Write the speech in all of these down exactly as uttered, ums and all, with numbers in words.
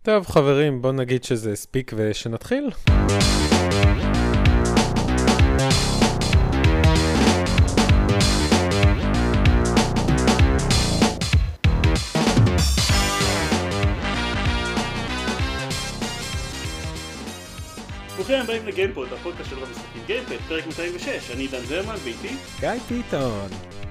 טוב חברים, בואו נגיד שזה הספיק ושנתחיל. ברוכים הבאים לגיימפוד, הפודקאסט של רוב משחקים גיימפד, פרק מאתיים ושש. אני עידן זרמן ואיתי גיא פיתון,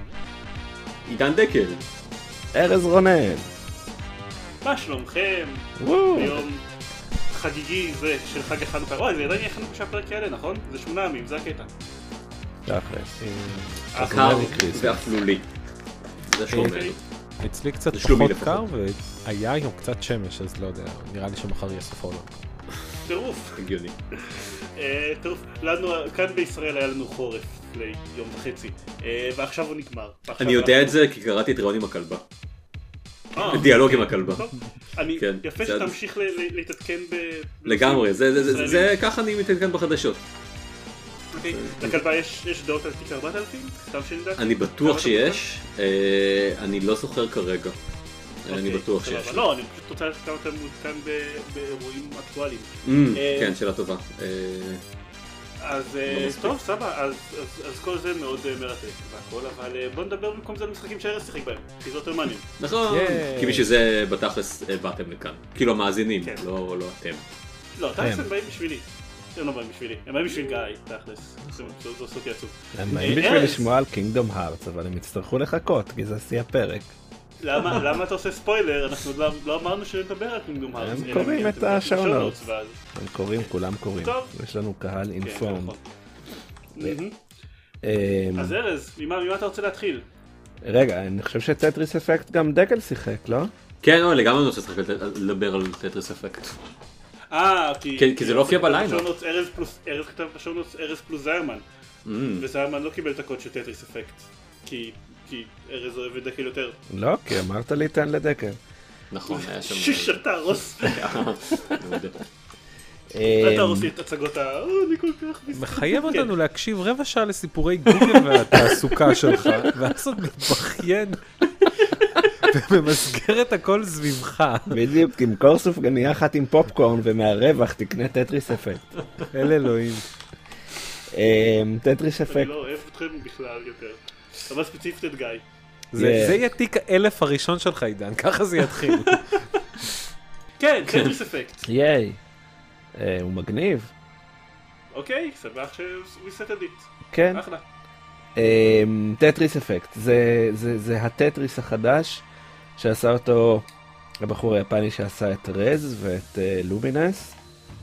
עידן דקל, ארז רונן. מה שלומכם? וואו. ביום חגיגי זה של חג החנוכה. וואי, זה עדיין יהיה חנוכה שהפרק יעלה, נכון? זה שמונה ימים, זה הקטע. תכלס. קר ואפלולי. זה שלומי. אצלי קצת זה שלומי פחות לפחות. קר והיה היום קצת שמש, אז לא יודע, נראה לי שמחר יהיה סוף העולם. טירוף. הגיוני. אה, טירוף. לנו, כאן בישראל היה לנו חורף ליום וחצי, אה, ועכשיו הוא נגמר. ועכשיו אני יודע אנחנו- את זה כי קראתי את ראיון עם הכלבה. אה, דיאלוג עם הכלבה. טוב. אני, כן, יפה זה- שתמשיך ל- ל- להתעדכן ב... לגמרי, זה- זה- זה- ישראלים. זה ככה אני מתעדכן בחדשות. אוקיי, לכלבה יש יש דעות על תיק ארבעת אלפים? סתם שנדע? אני בטוח שיש, אה, אני לא זוכר כרגע. אני אוקיי, בטוח סבבה. שיש. לא, אני פשוט רוצה לדעת כמה אתה מעודכן ב- באירועים אקטואליים. אמ, אה, כן, שאלה טובה. אה, אז אה, לא מספיק. טוב, סבבה, אז- אז- אז כל זה מאוד אה, מרתק והכל, אבל אה, בוא נדבר במקום זה על משחקים שארז שיחק בהם, כי זה יותר מעניין. נכון, ייי. כי בשביל זה בתכלס אה, באתם לכאן. כאילו המאזינים, כן. לא לא אתם. לא, הם. תכלס הם באים בשבילי. הם לא באים בשבילי, הם באים בשביל גיא, תכלס. זה זה עושה אותי עצוב. הם אה, באים בשביל ארז. לשמוע על קינגדום הארץ, אבל הם יצטרכו לחכות, כי זה שיא הפרק. למה למה אתה עושה ספוילר? אנחנו לא- לא אמרנו שנדבר על קינגדום הארץ. הם אלא אם קוראים כן את אתם השואו בשואו נוטס. נוטס, ואז- הם קוראים, כולם קוראים. טוב. יש לנו קהל כן, אינפורם. נכון. מהמם. אמ, אז ארז, ממה ממה אתה רוצה להתחיל? רגע, אני חושב שטטריס אפקט גם דקל שיחק, לא? כן, לא, לגמרי אני רוצה לשחק על- לדבר על טטריס אפקט. אה, כי... כי- כי זה לא הופיע בליינאפ. בשואו נוטס, ארז פלוס, ארז כתב בשואו נוטס ארז פלוס זיירמן. אמ, וזיירמן לא קיבל את הקוד של טטריס אפקט. כי... כי ארז אוהב את דקל יותר. לא, כי אמרת לי תן לדקל. נכון, היה שם... שיש, אל תהרוס. אני לא יודע. אל אמ, תהרוס לי את הצגות ה... "אה, אני כל כך מסתכל." מחייב כן. אותנו להקשיב רבע שעה לסיפורי גוגל והתעסוקה שלך, ואז עוד מתבכיין וממסגר את הכל סביבך. בדיוק, תמכור סופגניה אחת עם פופקורן ומהרווח תקנה טטריס אפקט. אל אלוהים. אמ, טטריס אני אפקט. לא אוהב אתכם בכלל יותר. אבל ספציפית את גיא. זה Yeah. זה יהיה תיק האלף הראשון שלך עידן, ככה זה יתחיל. כן, טטריס אפקט. ייי. אה, הוא מגניב. אוקיי, שמח שהוא סטד איט. כן. אחלה. אמ, טטריס אפקט, זה, זה, זה הטטריס החדש שעשה אותו הבחור היפני שעשה את רז ואת uh, לומינס.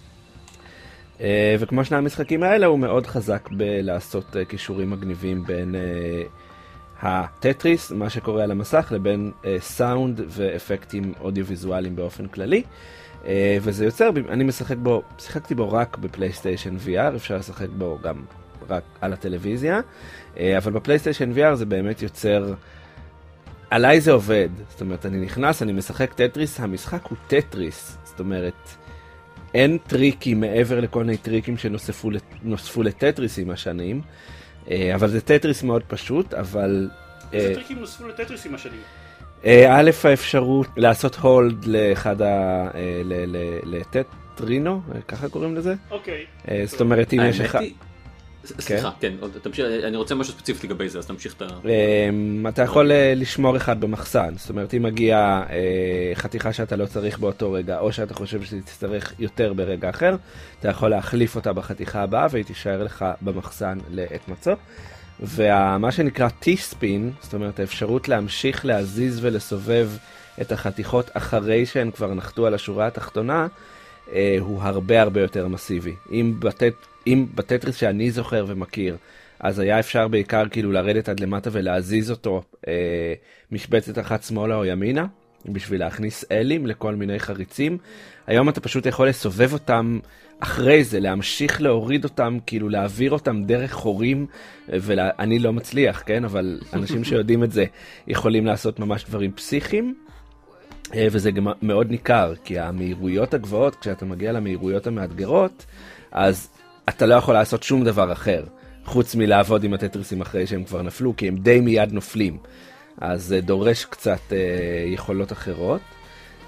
Uh, וכמו שני המשחקים האלה הוא מאוד חזק בלעשות uh, קישורים מגניבים בין uh, הטטריס, מה שקורה על המסך, לבין uh, סאונד ואפקטים אודיו-ויזואליים באופן כללי. Uh, וזה יוצר, אני משחק בו, שיחקתי בו רק בפלייסטיישן וי אר, אפשר לשחק בו גם רק על הטלוויזיה, אבל בפלייסטיישן וי אר זה באמת יוצר, עליי זה עובד, זאת אומרת אני נכנס, אני משחק טטריס, המשחק הוא טטריס, זאת אומרת אין טריקים מעבר לכל מיני טריקים שנוספו נוספו לטטריס עם השנים, אבל זה טטריס מאוד פשוט, אבל איזה טריקים נוספו לטטריס עם השנים? א', האפשרות לעשות הולד לאחד ה... ל- ל- לטטרינו, ככה קוראים לזה? אוקיי. זאת אומרת אם יש האמת אחד... היא- סליחה, כן, עוד תמשיך, אני רוצה משהו ספציפי לגבי זה, אז תמשיך את ה... אמ, אתה יכול אה, לשמור אחד במחסן, זאת אומרת אם מגיע אה, חתיכה שאתה לא צריך באותו רגע, או שאתה חושב שתצטרך יותר ברגע אחר, אתה יכול להחליף אותה בחתיכה הבאה והיא תישאר לך במחסן לעת מצוא. ומה שנקרא T-spin, זאת אומרת האפשרות להמשיך להזיז ולסובב את החתיכות אחרי שהן כבר נחתו על השורה התחתונה, אה, הוא הרבה הרבה יותר מסיבי. אם בטט... אם בטטריס שאני זוכר ומכיר, אז היה אפשר בעיקר כאילו לרדת עד למטה ולהזיז אותו אה, משבצת אחת שמאלה או ימינה, בשביל להכניס אלים לכל מיני חריצים. היום אתה פשוט יכול לסובב אותם אחרי זה, להמשיך להוריד אותם, כאילו להעביר אותם דרך חורים, ואני לא מצליח, כן? אבל אנשים שיודעים את זה יכולים לעשות ממש דברים פסיכיים, אה, וזה גם מאוד ניכר, כי המהירויות הגבוהות, כשאתה מגיע למהירויות המאתגרות, אז אתה לא יכול לעשות שום דבר אחר, חוץ מלעבוד עם הטטריסים אחרי שהם כבר נפלו, כי הם די מיד נופלים. אז זה דורש קצת אה, יכולות אחרות.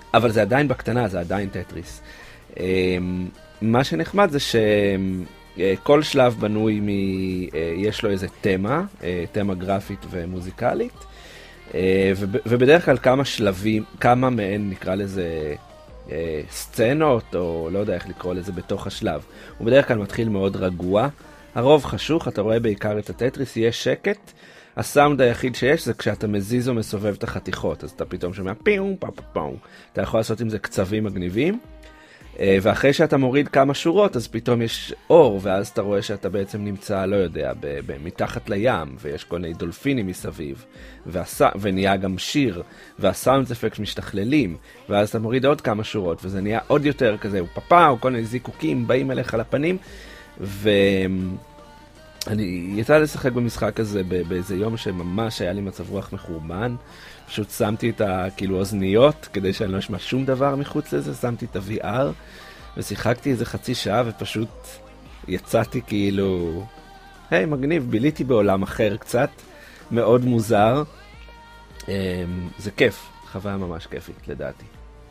אבל זה עדיין בקטנה, זה עדיין טטריס. מה שנחמד זה שכל שלב בנוי מ... יש לו איזה תמה, תמה גרפית ומוזיקלית, ובדרך כלל כמה שלבים, כמה מהן נקרא לזה סצנות, או לא יודע איך לקרוא לזה בתוך השלב. הוא בדרך כלל מתחיל מאוד רגוע, הרוב חשוך, אתה רואה בעיקר את הטטריס, יש שקט, הסאונד היחיד שיש זה כשאתה מזיז או מסובב את החתיכות, אז אתה פתאום שומע פיום, פאו פאו פאו, אתה יכול לעשות עם זה קצבים מגניבים, ואחרי שאתה מוריד כמה שורות, אז פתאום יש אור, ואז אתה רואה שאתה בעצם נמצא, לא יודע, ב- ב- מתחת לים, ויש כל מיני דולפינים מסביב, והס... ונהיה גם שיר, והסאונד אפקט משתכללים, ואז אתה מוריד עוד כמה שורות, וזה נהיה עוד יותר כזה, פאפאו, כל מיני זיקוקים באים אליך לפנים, ואני יצא לשחק במשחק הזה באיזה יום שממש היה לי מצב רוח מחורבן, פשוט שמתי את הכאילו אוזניות כדי שאני לא אשמע שום דבר מחוץ לזה, שמתי את ה-וי אר ושיחקתי איזה חצי שעה ופשוט יצאתי כאילו, היי מגניב, ביליתי בעולם אחר קצת, מאוד מוזר, זה כיף, חוויה ממש כיפית לדעתי.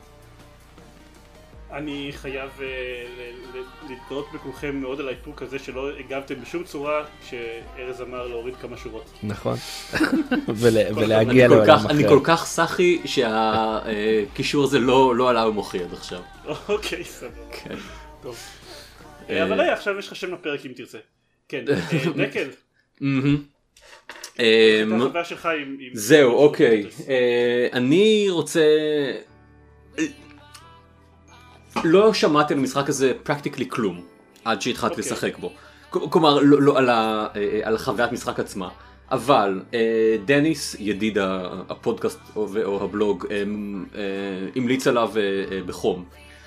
אני חייב uh, להתגאות בכולכם מאוד על האיפוק הזה שלא הגבתם בשום צורה כשארז אמר להוריד כמה שורות. נכון. ולהגיע לעולם אחר. אני כל כך סחי שהקישור הזה לא עלה במוחי עד עכשיו. אוקיי, סבבה. טוב. אבל היה, עכשיו יש לך שם לפרק אם תרצה. כן, דקל. את החוויה שלך עם... זהו, אוקיי. אני רוצה... לא שמעתי על המשחק הזה פרקטיקלי כלום, עד שהתחלתי לשחק בו. כלומר, לא על החוויית משחק עצמה. אבל דניס, ידיד הפודקאסט או הבלוג, המליץ עליו בחום.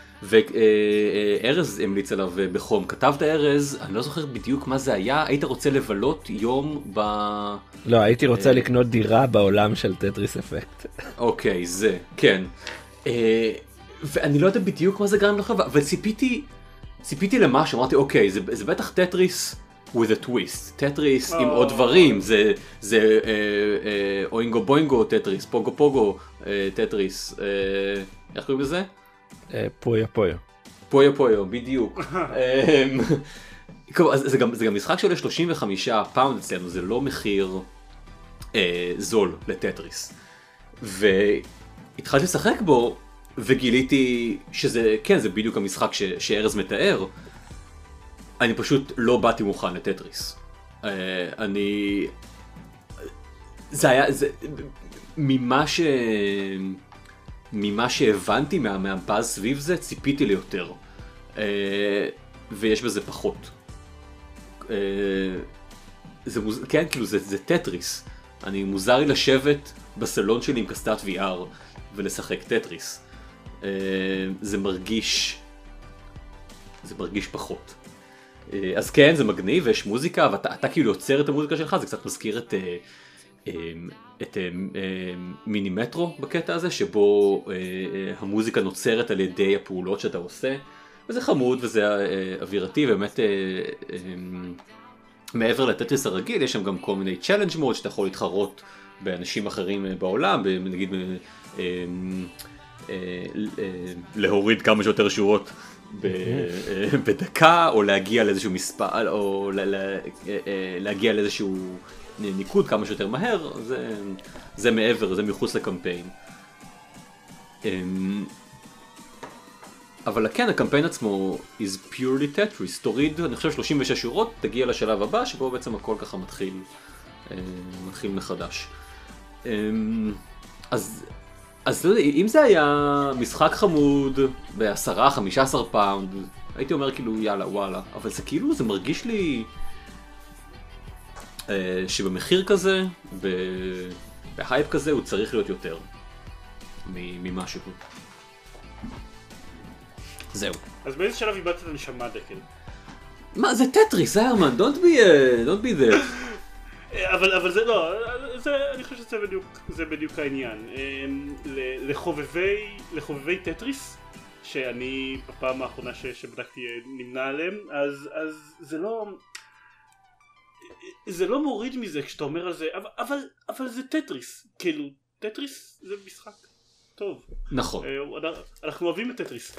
וארז המליץ עליו בחום. כתבת ארז, אני לא זוכר בדיוק מה זה היה, היית רוצה לבלות יום ב... לא, הייתי רוצה לקנות דירה בעולם של טטריס אפקט. אוקיי, זה, כן. ואני לא יודע בדיוק מה זה גרם לך, אבל ציפיתי, ציפיתי למשהו, אמרתי אוקיי, זה, זה בטח טטריס with a twist, טטריס עם עוד דברים, זה, זה אה, אה, אוינגו בוינגו טטריס, פוגו פוגו אה, טטריס, אה, איך קוראים לזה? אה, פויו פויו. פויו פויו, בדיוק. אה, זה, זה, גם, זה גם משחק שעולה שלושים וחמישה פאונד אצלנו, זה לא מחיר אה, זול לטטריס. והתחלתי לשחק בו, וגיליתי שזה, כן, זה בדיוק המשחק ש, שארז מתאר. אני פשוט לא באתי מוכן לטטריס. Uh, אני... זה היה... זה... ממה ש... ממה שהבנתי מה... מהבאז סביב זה, ציפיתי ליותר. Uh, ויש בזה פחות. Uh, זה מוז... כן, כאילו, זה, זה טטריס. אני מוזר לי לשבת בסלון שלי עם קסדת וי אר ולשחק טטריס. Uh, זה מרגיש... זה מרגיש פחות. אז כן, זה מגניב ויש מוזיקה, ואתה אתה כאילו יוצר את המוזיקה שלך, זה קצת מזכיר את, את מיני מטרו בקטע הזה, שבו המוזיקה נוצרת על ידי הפעולות שאתה עושה, וזה חמוד וזה אווירתי, באמת מעבר לטטריס הרגיל, יש שם גם כל מיני צ'אלנג' מוד, שאתה יכול להתחרות באנשים אחרים בעולם, נגיד להוריד כמה שיותר שורות בדקה, או להגיע לאיזשהו מספר, או להגיע לאיזשהו ניקוד כמה שיותר מהר, זה מעבר, זה מחוץ לקמפיין. אבל כן, הקמפיין עצמו is purely Tetris, תוריד, אני חושב שלושים ושש שורות, תגיע לשלב הבא, שבו בעצם הכל ככה מתחיל, מתחיל מחדש. אז... אז אם זה היה משחק חמוד בעשרה, חמישה עשר פאונד, הייתי אומר כאילו יאללה וואלה, אבל זה כאילו, זה מרגיש לי אה, שבמחיר כזה, בהייפ כזה, הוא צריך להיות יותר ממשהו. זהו. אז באיזה שלב איבדת את הנשמה דקל? מה, זה טטריס, הרמן, don't be, uh, don't be there. אבל, אבל זה לא, זה, אני חושב שזה בדיוק, זה בדיוק העניין. לחובבי, לחובבי טטריס, שאני בפעם האחרונה ש, שבדקתי נמנה עליהם, אז, אז זה לא, זה לא מוריד מזה כשאתה אומר על זה, אבל, אבל, אבל זה טטריס, כאילו, טטריס זה משחק. טוב. נכון. אנחנו אוהבים את טטריס.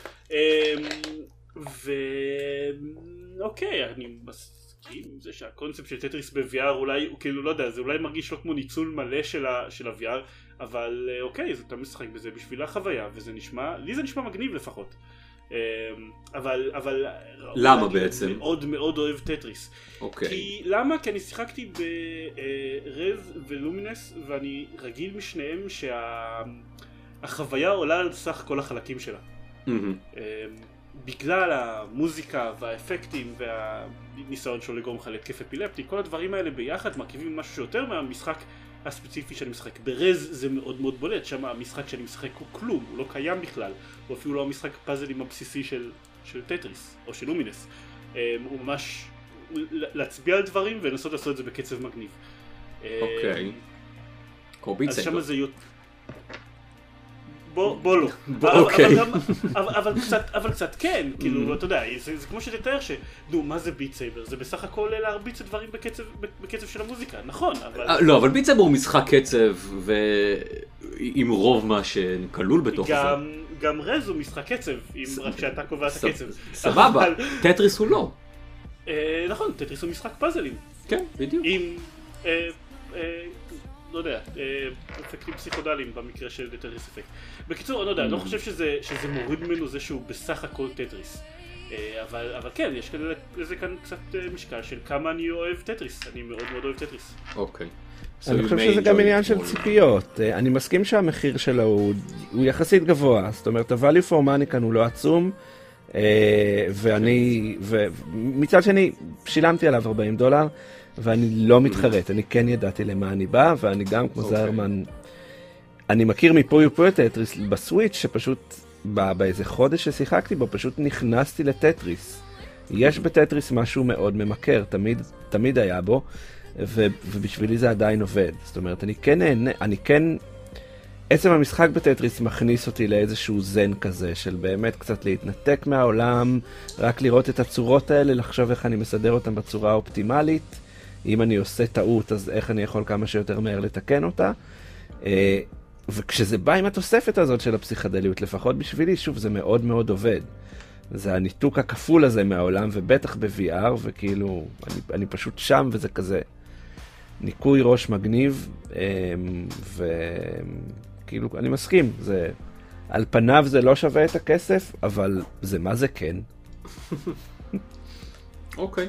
ואוקיי, אני מסכים עם זה שהקונספט של טטריס ב-וי אר אולי, הוא כאילו לא יודע, זה אולי מרגיש לא כמו ניצול מלא של ה-וי אר, אבל אוקיי, אז אתה משחק בזה בשביל החוויה, וזה נשמע, לי זה נשמע מגניב לפחות. אבל, אבל... למה בעצם? אני מאוד מאוד אוהב טטריס. אוקיי. כי, למה? כי אני שיחקתי ברז ולומינס, ואני רגיל משניהם שהחוויה עולה על סך כל החלקים שלה. בגלל המוזיקה והאפקטים והניסיון שלו לגרום לך להתקף אפילפטי, כל הדברים האלה ביחד מרכיבים משהו שיותר מהמשחק הספציפי שאני משחק. ברז זה מאוד מאוד בולט, שם המשחק שאני משחק הוא כלום, הוא לא קיים בכלל, הוא אפילו לא המשחק פאזלים הבסיסי של, של טטריס או של לומינס. הוא ממש להצביע על דברים ולנסות לעשות את זה בקצב מגניב. אוקיי. קורביט סייבר. אז שם זה יותר... בוא, בוא לא. אוקיי. אבל, אבל, אבל, קצת, אבל קצת כן, כאילו, אתה יודע, זה, זה כמו שתתאר ש... נו, מה זה ביט סייבר? זה בסך הכל להרביץ את דברים בקצב, בקצב של המוזיקה, נכון, אבל... לא, אבל ביט סייבר הוא משחק קצב, ועם רוב מה שכלול בתוך זה. גם, גם רז הוא משחק קצב, רק שאתה קובע את הקצב. סבבה, טטריס הוא לא. נכון, טטריס הוא משחק פאזלים. כן, בדיוק. עם... לא יודע, אפקטים פסיכודליים במקרה של טטריס אפקט. בקיצור, אני לא יודע, אני לא חושב שזה, שזה מוריד ממנו זה שהוא בסך הכל טטריס. אבל, אבל כן, יש לזה כאן קצת משקל של כמה אני אוהב טטריס. אני מאוד מאוד אוהב טטריס. אוקיי. אני חושב שזה גם עניין של ציפיות. אני מסכים שהמחיר שלו הוא, הוא יחסית גבוה. זאת אומרת, ה-value for money כאן הוא לא עצום. ואני, ומצד שני, שילמתי עליו ארבעים דולר. ואני לא מתחרט, אני כן ידעתי למה אני בא, ואני גם כמו זהרמן, אני מכיר מפה ופה את טטריס בסוויץ' שפשוט באיזה חודש ששיחקתי בו, פשוט נכנסתי לטטריס. יש בטטריס משהו מאוד ממכר, תמיד, תמיד היה בו, ו, ובשבילי זה עדיין עובד. זאת אומרת, אני כן נהנה, אני כן, עצם המשחק בטטריס מכניס אותי לאיזשהו זן כזה, של באמת קצת להתנתק מהעולם, רק לראות את הצורות האלה, לחשוב איך אני מסדר אותן בצורה האופטימלית, אם אני עושה טעות, אז איך אני יכול כמה שיותר מהר לתקן אותה. וכשזה בא עם התוספת הזאת של הפסיכדליות, לפחות בשבילי, שוב, זה מאוד מאוד עובד. זה הניתוק הכפול הזה מהעולם, ובטח ב-וי אר, וכאילו, אני, אני פשוט שם, וזה כזה ניקוי ראש מגניב, וכאילו, אני מסכים, זה, על פניו זה לא שווה את הכסף, אבל זה מה זה כן. אוקיי.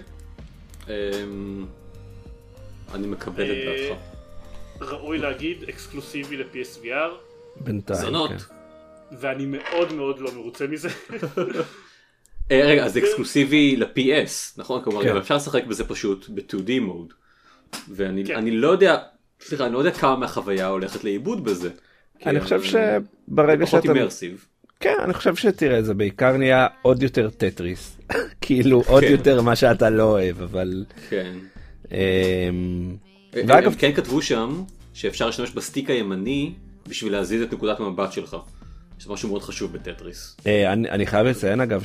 אני מקבל את דעתך. ראוי להגיד, אקסקלוסיבי ל-פי אס וי אר. בינתיים, זונות. ואני מאוד מאוד לא מרוצה מזה. רגע, אז זה אקסקלוסיבי ל-פי אס, נכון? כלומר, אפשר לשחק בזה פשוט ב-טו די מוד. ואני לא יודע, סליחה, אני לא יודע כמה מהחוויה הולכת לאיבוד בזה. אני חושב שברגע שאתה... פחות אימרסיב. כן, אני חושב שתראה, זה בעיקר נהיה עוד יותר טטריס. כאילו, עוד יותר מה שאתה לא אוהב, אבל... כן. ואגב, הם כן כתבו שם שאפשר להשתמש בסטיק הימני בשביל להזיז את נקודת המבט שלך. זה משהו מאוד חשוב בטטריס. אני חייב לציין אגב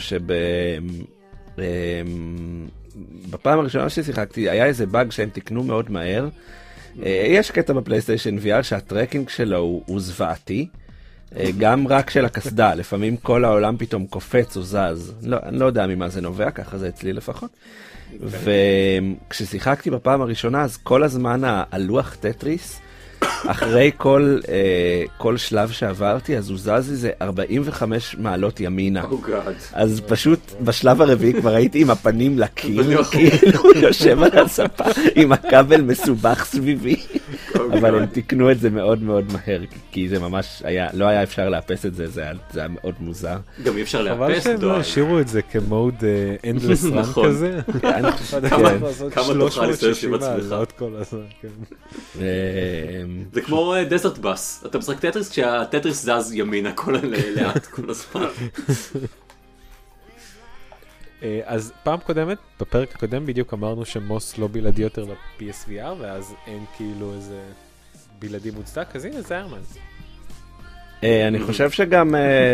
שבפעם הראשונה ששיחקתי היה איזה באג שהם תקנו מאוד מהר. יש קטע בפלייסטיישן וי אר שהטרקינג שלו הוא זוועתי. גם רק של הקסדה, לפעמים כל העולם פתאום קופץ או זז. אני לא יודע ממה זה נובע, ככה זה אצלי לפחות. וכששיחקתי בפעם הראשונה, אז כל הזמן הלוח טטריס, אחרי כל, כל שלב שעברתי, אז הוא זז איזה ארבעים וחמש מעלות ימינה. אז פשוט בשלב הרביעי כבר הייתי עם הפנים לקיר, כאילו יושב על הספה עם הכבל מסובך סביבי. אבל הם תיקנו את זה מאוד מאוד מהר, כי זה ממש היה, לא היה אפשר לאפס את זה, זה היה, זה היה מאוד מוזר. גם אי אפשר לאפס, חבל שהם לא השאירו את זה כמוד endless run כזה. כמה תוכל להשתמש עם עצמך. זה כמו דזרט בס, אתה משחק טטריס כשהטטריס זז ימינה לאט כל הזמן. אז פעם קודמת, בפרק הקודם בדיוק אמרנו שמוס לא בלעדי יותר ל-פי אס וי אר, ואז אין כאילו איזה בלעדי מוצדק, אז הנה זה ארמן. אני חושב שגם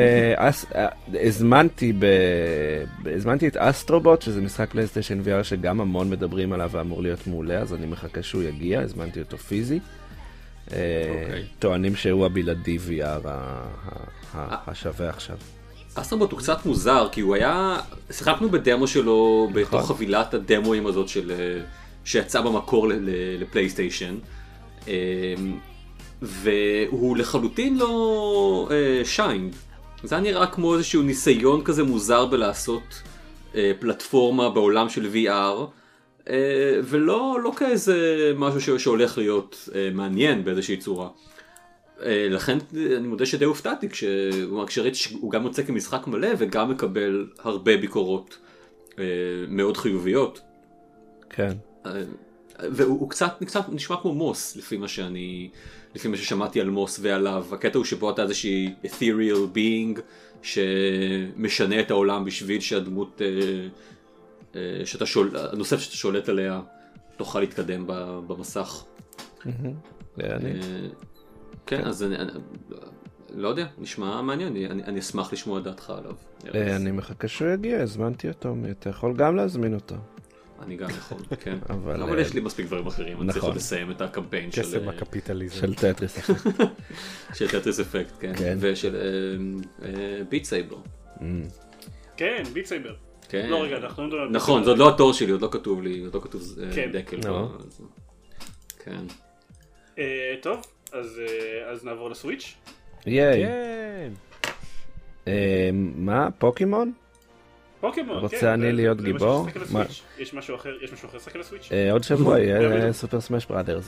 הזמנתי הזמנתי את אסטרובוט, שזה משחק פלייסטיישן וי אר שגם המון מדברים עליו ואמור להיות מעולה, אז אני מחכה שהוא יגיע, הזמנתי אותו פיזי. טוענים שהוא הבלעדי וי אר השווה עכשיו. אסטרובוט הוא קצת מוזר, כי הוא היה, שיחקנו בדמו שלו, בתוך חבילת הדמוים הזאת שיצא במקור לפלייסטיישן, והוא לחלוטין לא שיינד. זה היה נראה כמו איזשהו ניסיון כזה מוזר בלעשות פלטפורמה בעולם של וי אר, ולא לא כאיזה משהו שהולך להיות מעניין באיזושהי צורה. לכן אני מודה שדי הופתעתי כשראיתי שהוא גם יוצא כמשחק מלא וגם מקבל הרבה ביקורות מאוד חיוביות. כן. והוא קצת, קצת נשמע כמו מוס לפי מה שאני, לפי מה ששמעתי על מוס ועליו. הקטע הוא שבו אתה איזושהי ethereal being שמשנה את העולם בשביל שהדמות, שאתה שול, הנוסף שאתה שולט עליה תוכל להתקדם במסך. כן, אז אני לא יודע, נשמע מעניין, אני אשמח לשמוע דעתך עליו. אני מחכה שהוא יגיע, הזמנתי אותו, אתה יכול גם להזמין אותו. אני גם יכול, כן. אבל יש לי מספיק דברים אחרים, אני צריך לסיים את הקמפיין של... קסם הקפיטליזם. של טטריס אפקט. של טטריס אפקט, כן. ושל ביט סייבר. כן, ביט סייבר. לא רגע, אנחנו לא מדברים... נכון, זה עוד לא התור שלי, עוד לא כתוב לי, עוד לא כתוב דקל. כן. טוב, אז נעבור לסוויץ'. ייי. מה? פוקימון? פוקימון, כן. רוצה אני להיות גיבור? יש משהו אחר, יש משהו אחר לשחק על הסוויץ'? עוד שבוע יהיה סופר סמאש בראדרס.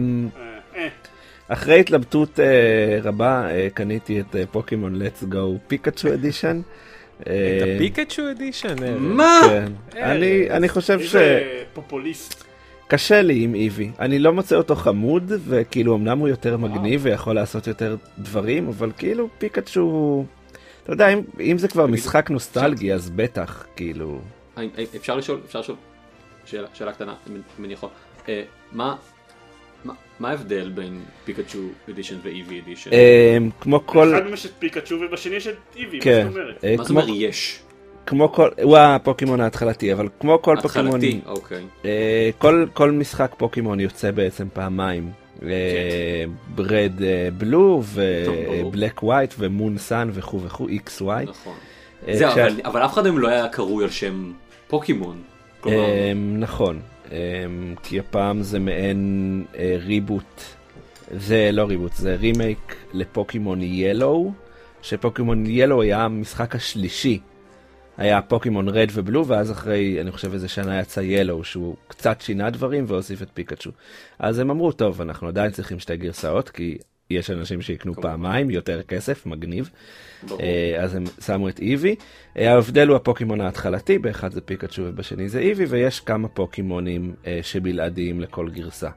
אחרי התלבטות רבה קניתי את פוקימון Let's Go פיקאצ'ו אדישן. את הפיקאצ'ו אדישן? מה? אני חושב ש... איזה פופוליסט. קשה לי עם איבי. אני לא מוצא אותו חמוד, וכאילו אמנם הוא יותר מגניב ויכול לעשות יותר דברים, אבל כאילו פיקאצ'ו הוא... אתה יודע, אם, אם זה כבר משחק נוסטלגי, אז בטח, כאילו... אפשר לשאול, אפשר לשאול, שאלה, שאלה קטנה, אם אני יכול. אה, מה, מה, מה ההבדל בין פיקאצ'ו אדישן ואיבי אדישן? אה, כמו כל... אחד ממש את פיקאצ'ו ובשני יש את איבי, כן. מה זאת אומרת? אה, מה זאת כמו... אומרת יש? כמו כל... הוא הפוקימון ההתחלתי, אבל כמו כל פוקימון... התחלתי, אוקיי. אה, כל, כל משחק פוקימון יוצא בעצם פעמיים. רד בלו ובלק ווייט ומון סן וכו' וכו' איקס וואי. נכון. אבל אף אחד מהם לא היה קרוי על שם פוקימון. נכון. כי הפעם זה מעין ריבוט. זה לא ריבוט, זה רימייק לפוקימון ילו, שפוקימון ילו היה המשחק השלישי. היה פוקימון רד ובלו, ואז אחרי, אני חושב איזה שנה יצא ילו, שהוא קצת שינה דברים והוסיף את פיקאצ'ו. אז הם אמרו, טוב, אנחנו עדיין צריכים שתי גרסאות, כי יש אנשים שיקנו פעמיים, יותר כסף, מגניב. אז הם שמו את איבי. ההבדל הוא הפוקימון ההתחלתי, באחד זה פיקאצ'ו ובשני זה איבי, ויש כמה פוקימונים שבלעדיים לכל גרסה.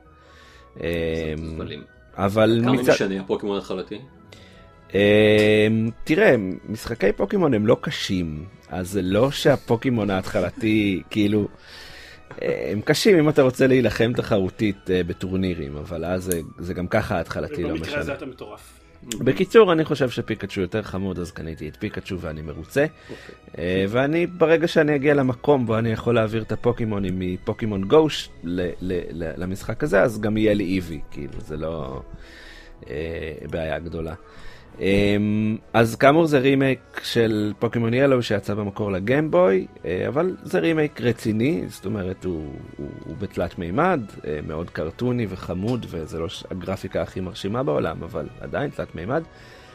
אבל... כמה משנה הפוקימון ההתחלתי? תראה, משחקי פוקימון הם לא קשים, אז זה לא שהפוקימון ההתחלתי, כאילו, הם קשים אם אתה רוצה להילחם תחרותית בטורנירים, אבל אז זה, זה גם ככה ההתחלתי, לא משנה. ובמקרה הזה אתה מטורף. בקיצור, אני חושב שפיקאצ'ו יותר חמוד, אז קניתי את פיקאצ'ו ואני מרוצה. Okay. ואני, ברגע שאני אגיע למקום בו אני יכול להעביר את הפוקימונים מפוקימון גוש למשחק הזה, אז גם יהיה לי איבי, כאילו, זה לא בעיה גדולה. אז כאמור זה רימייק של פוקימון ילו שיצא במקור לגיימבוי, אבל זה רימייק רציני, זאת אומרת הוא, הוא, הוא בתלת מימד, מאוד קרטוני וחמוד, וזה לא הגרפיקה הכי מרשימה בעולם, אבל עדיין תלת מימד.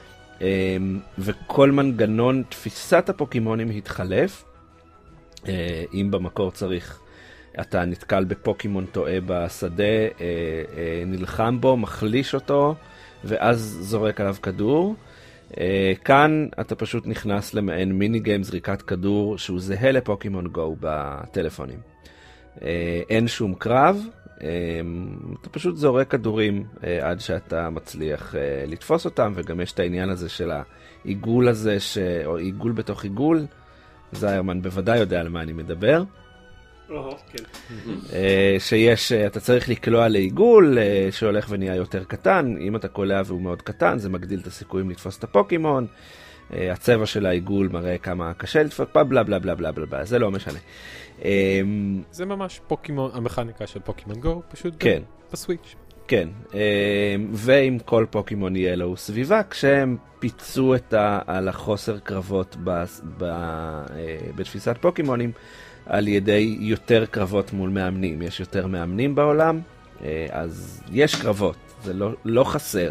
וכל מנגנון תפיסת הפוקימונים התחלף. אם במקור צריך, אתה נתקל בפוקימון טועה בשדה, נלחם בו, מחליש אותו, ואז זורק עליו כדור. Uh, כאן אתה פשוט נכנס למעין מיני גיים זריקת כדור שהוא זהה לפוקימון גו בטלפונים. Uh, אין שום קרב, uh, אתה פשוט זורק כדורים uh, עד שאתה מצליח uh, לתפוס אותם, וגם יש את העניין הזה של העיגול הזה, ש... או עיגול בתוך עיגול. זיירמן בוודאי יודע על מה אני מדבר. כן. שיש, אתה צריך לקלוע לעיגול שהולך ונהיה יותר קטן. אם אתה קולע והוא מאוד קטן, זה מגדיל את הסיכויים לתפוס את הפוקימון. הצבע של העיגול מראה כמה קשה לתפוס, בלה בלה בלה בלה בלה בלה, זה לא משנה. זה ממש פוקימון, המכניקה של פוקימון גו, פשוט כן. בסוויץ'. כן, ועם כל פוקימון ילו סביבה, כשהם פיצו את ה, על החוסר קרבות ב, ב, בתפיסת פוקימונים, על ידי יותר קרבות מול מאמנים. יש יותר מאמנים בעולם, אז יש קרבות, זה לא, לא חסר.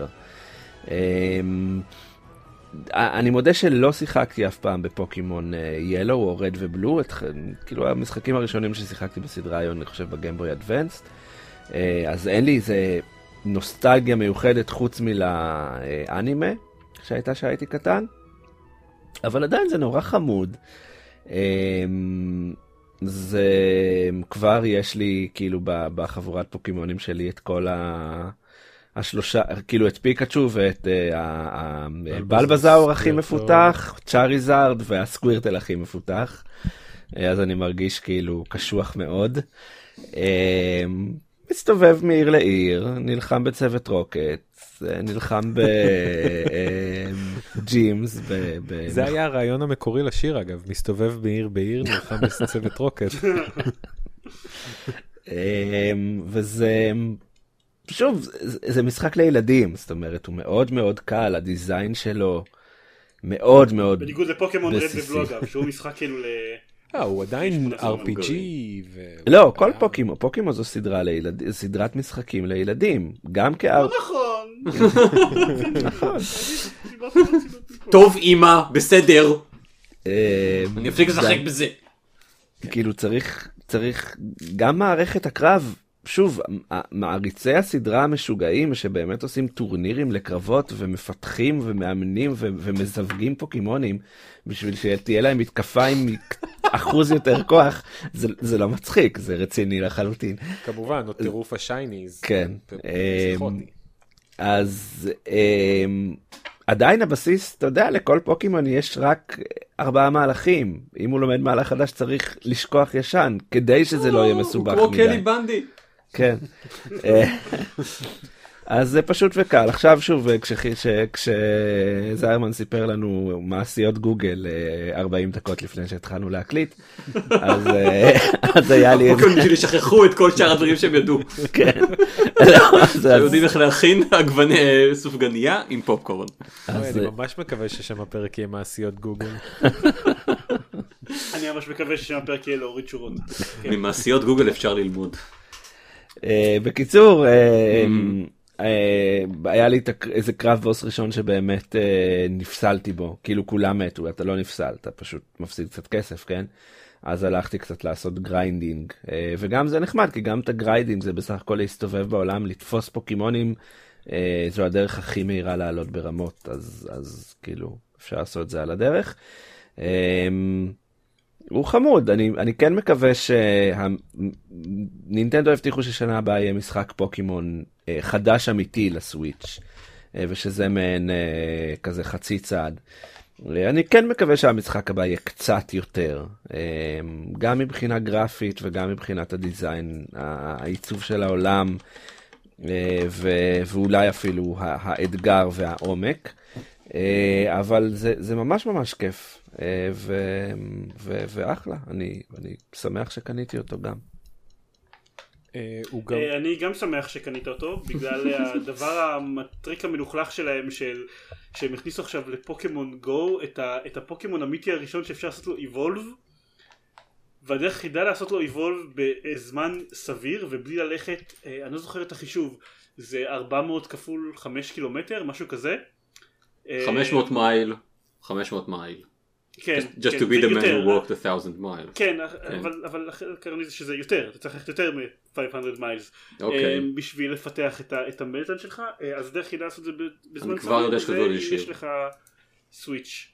אני מודה שלא שיחקתי אף פעם בפוקימון ילו או רד ובלו, את, כאילו המשחקים הראשונים ששיחקתי בסדרה היום, אני חושב בגיימבוי אדוונסט, אז אין לי איזה נוסטלגיה מיוחדת חוץ מלאנימה שהייתה שהייתי קטן, אבל עדיין זה נורא חמוד. זה כבר יש לי כאילו בחבורת פוקימונים שלי את כל ה... השלושה, כאילו את פיקאצ'ו ואת הבלבזאור הכי מפותח, צ'אריזארד והסקווירטל הכי מפותח, אז אני מרגיש כאילו קשוח מאוד. מסתובב מעיר לעיר, נלחם בצוות רוקט, נלחם בג'ימס. זה היה הרעיון המקורי לשיר אגב, מסתובב מעיר בעיר, נלחם בצוות רוקט. וזה, שוב, זה משחק לילדים, זאת אומרת, הוא מאוד מאוד קל, הדיזיין שלו מאוד מאוד בסיסי. בניגוד לפוקימון רד ובלו אגב, שהוא משחק כאילו ל... אה, הוא עדיין אר פי ג'י ו... לא, כל פוקימון, פוקימון זו סדרה לילדים, סדרת משחקים לילדים, גם כאר... לא נכון. נכון. טוב אמא, בסדר. אני אפסיק לשחק בזה. כאילו צריך, צריך, גם מערכת הקרב, שוב, מעריצי הסדרה המשוגעים שבאמת עושים טורנירים לקרבות ומפתחים ומאמנים ומזווגים פוקימונים בשביל שתהיה להם מתקפה עם אחוז יותר כוח, זה, זה לא מצחיק, זה רציני לחלוטין. כמובן, או טירוף השייניז. כן. אז עדיין הבסיס, אתה יודע, לכל פוקימון יש רק ארבעה מהלכים. אם הוא לומד מהלך חדש צריך לשכוח ישן, כדי שזה לא יהיה מסובך מדי. כמו קלי בנדי. כן. אז זה פשוט וקל. עכשיו שוב, כשזיירמן סיפר לנו מעשיות גוגל ארבעים דקות לפני שהתחלנו להקליט, אז היה לי... הפוקימון שלי שכחו את כל שאר הדברים שהם ידעו. כן. יודעים איך להכין עגבני סופגניה עם פופקורן. אני ממש מקווה ששם הפרק יהיה מעשיות גוגל. אני ממש מקווה ששם הפרק יהיה להוריד שורות. ממעשיות גוגל אפשר ללמוד. בקיצור, היה לי איזה קרב בוס ראשון שבאמת נפסלתי בו, כאילו כולם מתו, אתה לא נפסל, אתה פשוט מפסיד קצת כסף, כן? אז הלכתי קצת לעשות גריינדינג, וגם זה נחמד, כי גם את הגריינדינג זה בסך הכל להסתובב בעולם, לתפוס פוקימונים, זו הדרך הכי מהירה לעלות ברמות, אז, אז כאילו אפשר לעשות את זה על הדרך. הוא חמוד, אני, אני כן מקווה שהנינטנדו הבטיחו ששנה הבאה יהיה משחק פוקימון אה, חדש אמיתי לסוויץ', אה, ושזה מעין אה, כזה חצי צעד. אה, אני כן מקווה שהמשחק הבא יהיה קצת יותר, אה, גם מבחינה גרפית וגם מבחינת הדיזיין, העיצוב של העולם, אה, ו- ואולי אפילו האתגר והעומק. אבל זה, זה ממש ממש כיף, ו, ו, ואחלה, אני, אני שמח שקניתי אותו גם. אני גם שמח שקנית אותו, בגלל הדבר הטריק המלוכלך שלהם, של, שהם הכניסו עכשיו לפוקימון גו, את, ה, את הפוקימון המיתי הראשון שאפשר לעשות לו איבולב, והדרך היחידה לעשות לו איבולב בזמן סביר, ובלי ללכת, אני לא זוכר את החישוב, זה ארבע מאות כפול חמש קילומטר, משהו כזה. חמש מאות מייל, חמש מאות מייל. כן, just to be the man who walked a thousand miles. כן, אבל קראנו לזה שזה יותר, אתה צריך ללכת יותר מ-חמש מאות מיילס בשביל לפתח את המלטן שלך, אז דרך כדי לעשות את זה בזמן סביר, יש לך סוויץ'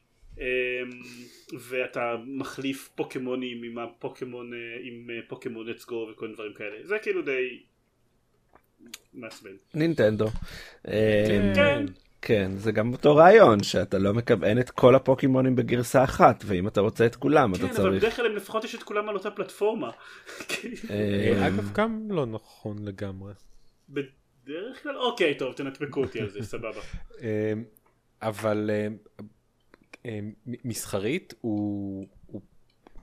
ואתה מחליף פוקימונים עם הפוקימון, עם פוקימון Let's Go וכל דברים כאלה, זה כאילו די מעצבן. נינטנדו. כן. כן, זה גם אותו רעיון, שאתה לא מקבל את כל הפוקימונים בגרסה אחת, ואם אתה רוצה את כולם, אתה צריך... כן, אבל בדרך כלל הם לפחות יש את כולם על אותה פלטפורמה. אגב, גם לא נכון לגמרי. בדרך כלל? אוקיי, טוב, תנתבקו אותי על זה, סבבה. אבל מסחרית, הוא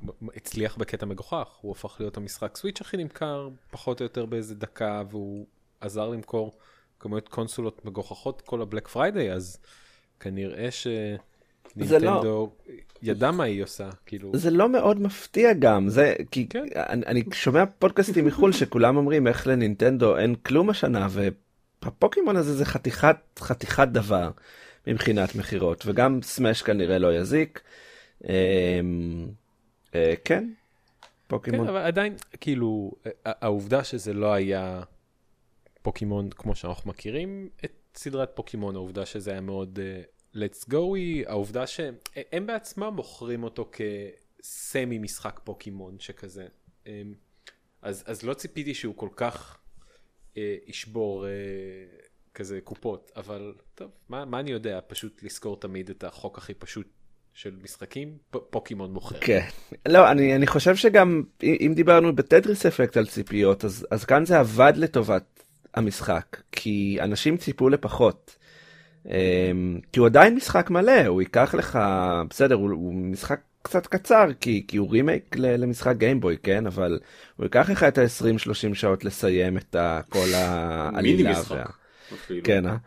הצליח בקטע מגוחך, הוא הפך להיות המשחק סוויץ' הכי נמכר, פחות או יותר באיזה דקה, והוא עזר למכור כמויות קונסולות מגוחכות כל הבלק פריידיי, אז כנראה שנינטנדו לא... ידע מה היא עושה, כאילו... זה לא מאוד מפתיע גם, זה, כי כן. אני, אני שומע פודקאסטים מחול שכולם אומרים איך לנינטנדו אין כלום השנה, והפוקימון הזה זה חתיכת, חתיכת דבר מבחינת מחירות, וגם סמש כנראה לא יזיק. אה, אה, כן, פוקימון. כן, אבל עדיין, כאילו, העובדה שזה לא היה פוקימון כמו שאנחנו מכירים את סדרת פוקימון, העובדה שזה היה מאוד... let's go היא העובדה שהם בעצמם מוכרים אותו כסמי משחק פוקימון שכזה. אז, אז לא ציפיתי שהוא כל כך אה, ישבור אה, כזה קופות, אבל טוב, מה, מה אני יודע? פשוט לזכור תמיד את החוק הכי פשוט של משחקים, פ- פוקימון מוכר. כן. לא, אני, אני חושב שגם אם דיברנו בטטריס אפקט על ציפיות, אז, אז כאן זה עבד לטובת המשחק, כי אנשים ציפו לפחות. כי הוא עדיין משחק מלא, הוא ייקח לך, בסדר, הוא, הוא משחק קצת קצר, כי, כי הוא רימייק למשחק גיימבוי, כן? אבל הוא ייקח לך את ה-עשרים שלושים שעות לסיים את כל העלילה. מיני משחק. כן, אה?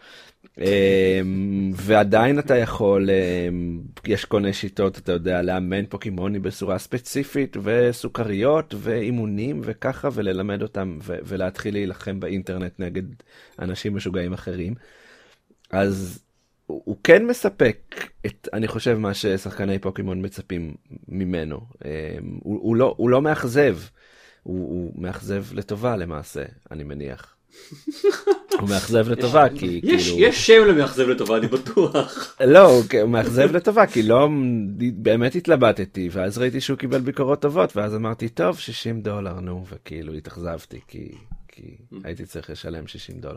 ועדיין אתה יכול, יש קונה שיטות, אתה יודע, לאמן פוקימונים בצורה ספציפית, וסוכריות, ואימונים, וככה, וללמד אותם, ולהתחיל להילחם באינטרנט נגד אנשים משוגעים אחרים. אז הוא, הוא כן מספק את, אני חושב, מה ששחקני פוקימון מצפים ממנו. הוא, הוא, לא, הוא לא מאכזב, הוא, הוא מאכזב לטובה למעשה, אני מניח. הוא מאכזב לטובה, כי יש, כאילו... יש שם למאכזב לטובה, אני בטוח. לא, הוא מאכזב לטובה, כי לא באמת התלבטתי, ואז ראיתי שהוא קיבל ביקורות טובות, ואז אמרתי, טוב, שישים דולר, נו, וכאילו התאכזבתי, כי, כי הייתי צריך לשלם שישים דולר.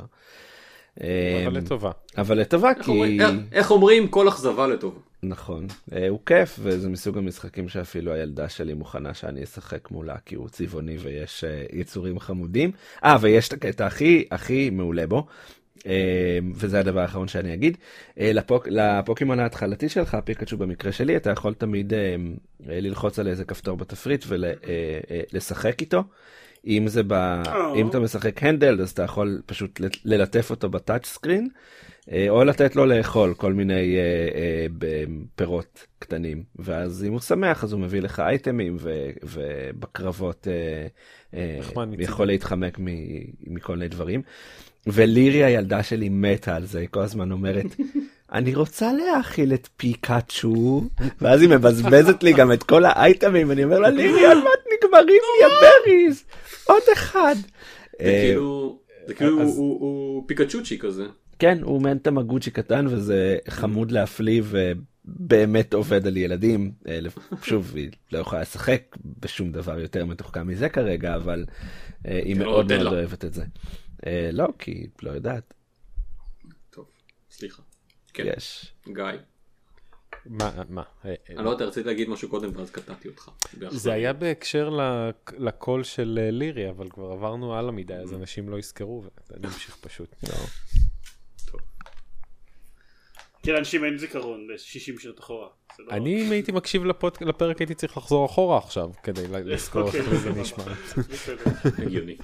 אבל לטובה. אבל לטובה, כי... איך אומרים? כל אכזבה לטובה. נכון. הוא כיף, וזה מסוג המשחקים שאפילו הילדה שלי מוכנה שאני אשחק מולה, כי הוא צבעוני ויש יצורים חמודים. אה, ויש את הקטע הכי, הכי מעולה בו, וזה הדבר האחרון שאני אגיד. לפוק, לפוקימון ההתחלתי שלך, פיקאצ'ו במקרה שלי, אתה יכול תמיד ללחוץ על איזה כפתור בתפריט ולשחק איתו. אם זה ב... oh. אם אתה משחק הנדל, אז אתה יכול פשוט ללטף אותו בטאץ' סקרין, או לתת לו לאכול כל מיני אה, אה, פירות קטנים, ואז אם הוא שמח, אז הוא מביא לך אייטמים, ו... ובקרבות אה, אה, יכול להתחמק מ... מכל מיני דברים. ולירי הילדה שלי מתה על זה, היא כל הזמן אומרת, אני רוצה להאכיל את פיקאצ'ו, ואז היא מבזבזת לי גם את כל האייטמים, אני אומר לה, לירי, על מה נגמרים לי הבריז? עוד אחד. זה כאילו, זה כאילו הוא פיקאצ'וצ'י כזה. כן, הוא מעין תמגוצ'י קטן, וזה חמוד להפליא, ובאמת עובד על ילדים. שוב, היא לא יכולה לשחק בשום דבר יותר מתוחכם מזה כרגע, אבל היא מאוד מאוד אוהבת את זה. לא, כי לא יודעת. טוב, סליחה. כן. יש. גיא. מה, מה? אני לא יודע, רציתי להגיד משהו קודם ואז קטעתי אותך. זה היה בהקשר לקול של לירי, אבל כבר עברנו על המידה, אז אנשים לא יזכרו, ואני אמשיך פשוט. טוב. כן, אנשים אין זיכרון ב-שישים שנות אחורה. אני אם הייתי מקשיב לפרק הייתי צריך לחזור אחורה עכשיו, כדי לזכור איך זה נשמע. הגיוני.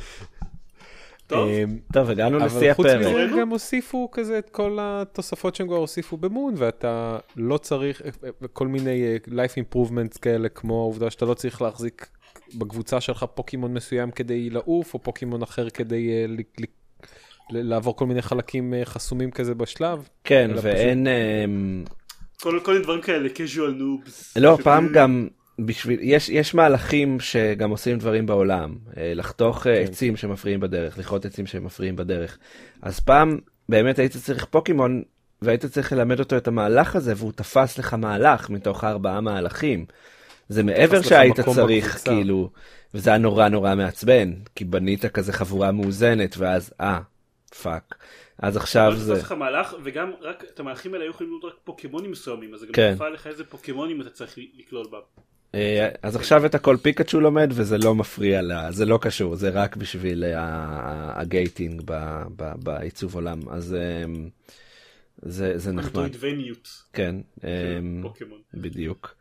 טוב, הגענו לשיא הפרק. אבל חוץ מזה גם הוסיפו כזה את כל התוספות שהם כבר הוסיפו במון, ואתה לא צריך כל מיני life improvements כאלה, כמו העובדה שאתה לא צריך להחזיק בקבוצה שלך פוקימון מסוים כדי לעוף, או פוקימון אחר כדי לעבור כל מיני חלקים חסומים כזה בשלב. כן, ואין... כל מיני דברים כאלה, casual noobs. לא, פעם גם... בשביל, יש, יש מהלכים שגם עושים דברים בעולם, לחתוך כן. עצים שמפריעים בדרך, לכרות עצים שמפריעים בדרך. אז פעם באמת היית צריך פוקימון, והיית צריך ללמד אותו את המהלך הזה, והוא תפס לך מהלך מתוך ארבעה מהלכים. זה מעבר שהיית צריך, בקבוצה. כאילו, וזה היה נורא נורא מעצבן, כי בנית כזה חבורה מאוזנת, ואז, אה, פאק. אז עכשיו זה... תפס לך מהלך, וגם רק את המהלכים האלה היו יכולים להיות רק פוקימונים מסוימים, אז זה גם כן. תפע לך איזה פוקימונים אתה צריך לקלול בה. אז עכשיו את הכל פיקאצ'ו לומד וזה לא מפריע לה, זה לא קשור, זה רק בשביל הגייטינג בעיצוב עולם, אז זה נחמד. המטרוידבניות. כן, בדיוק.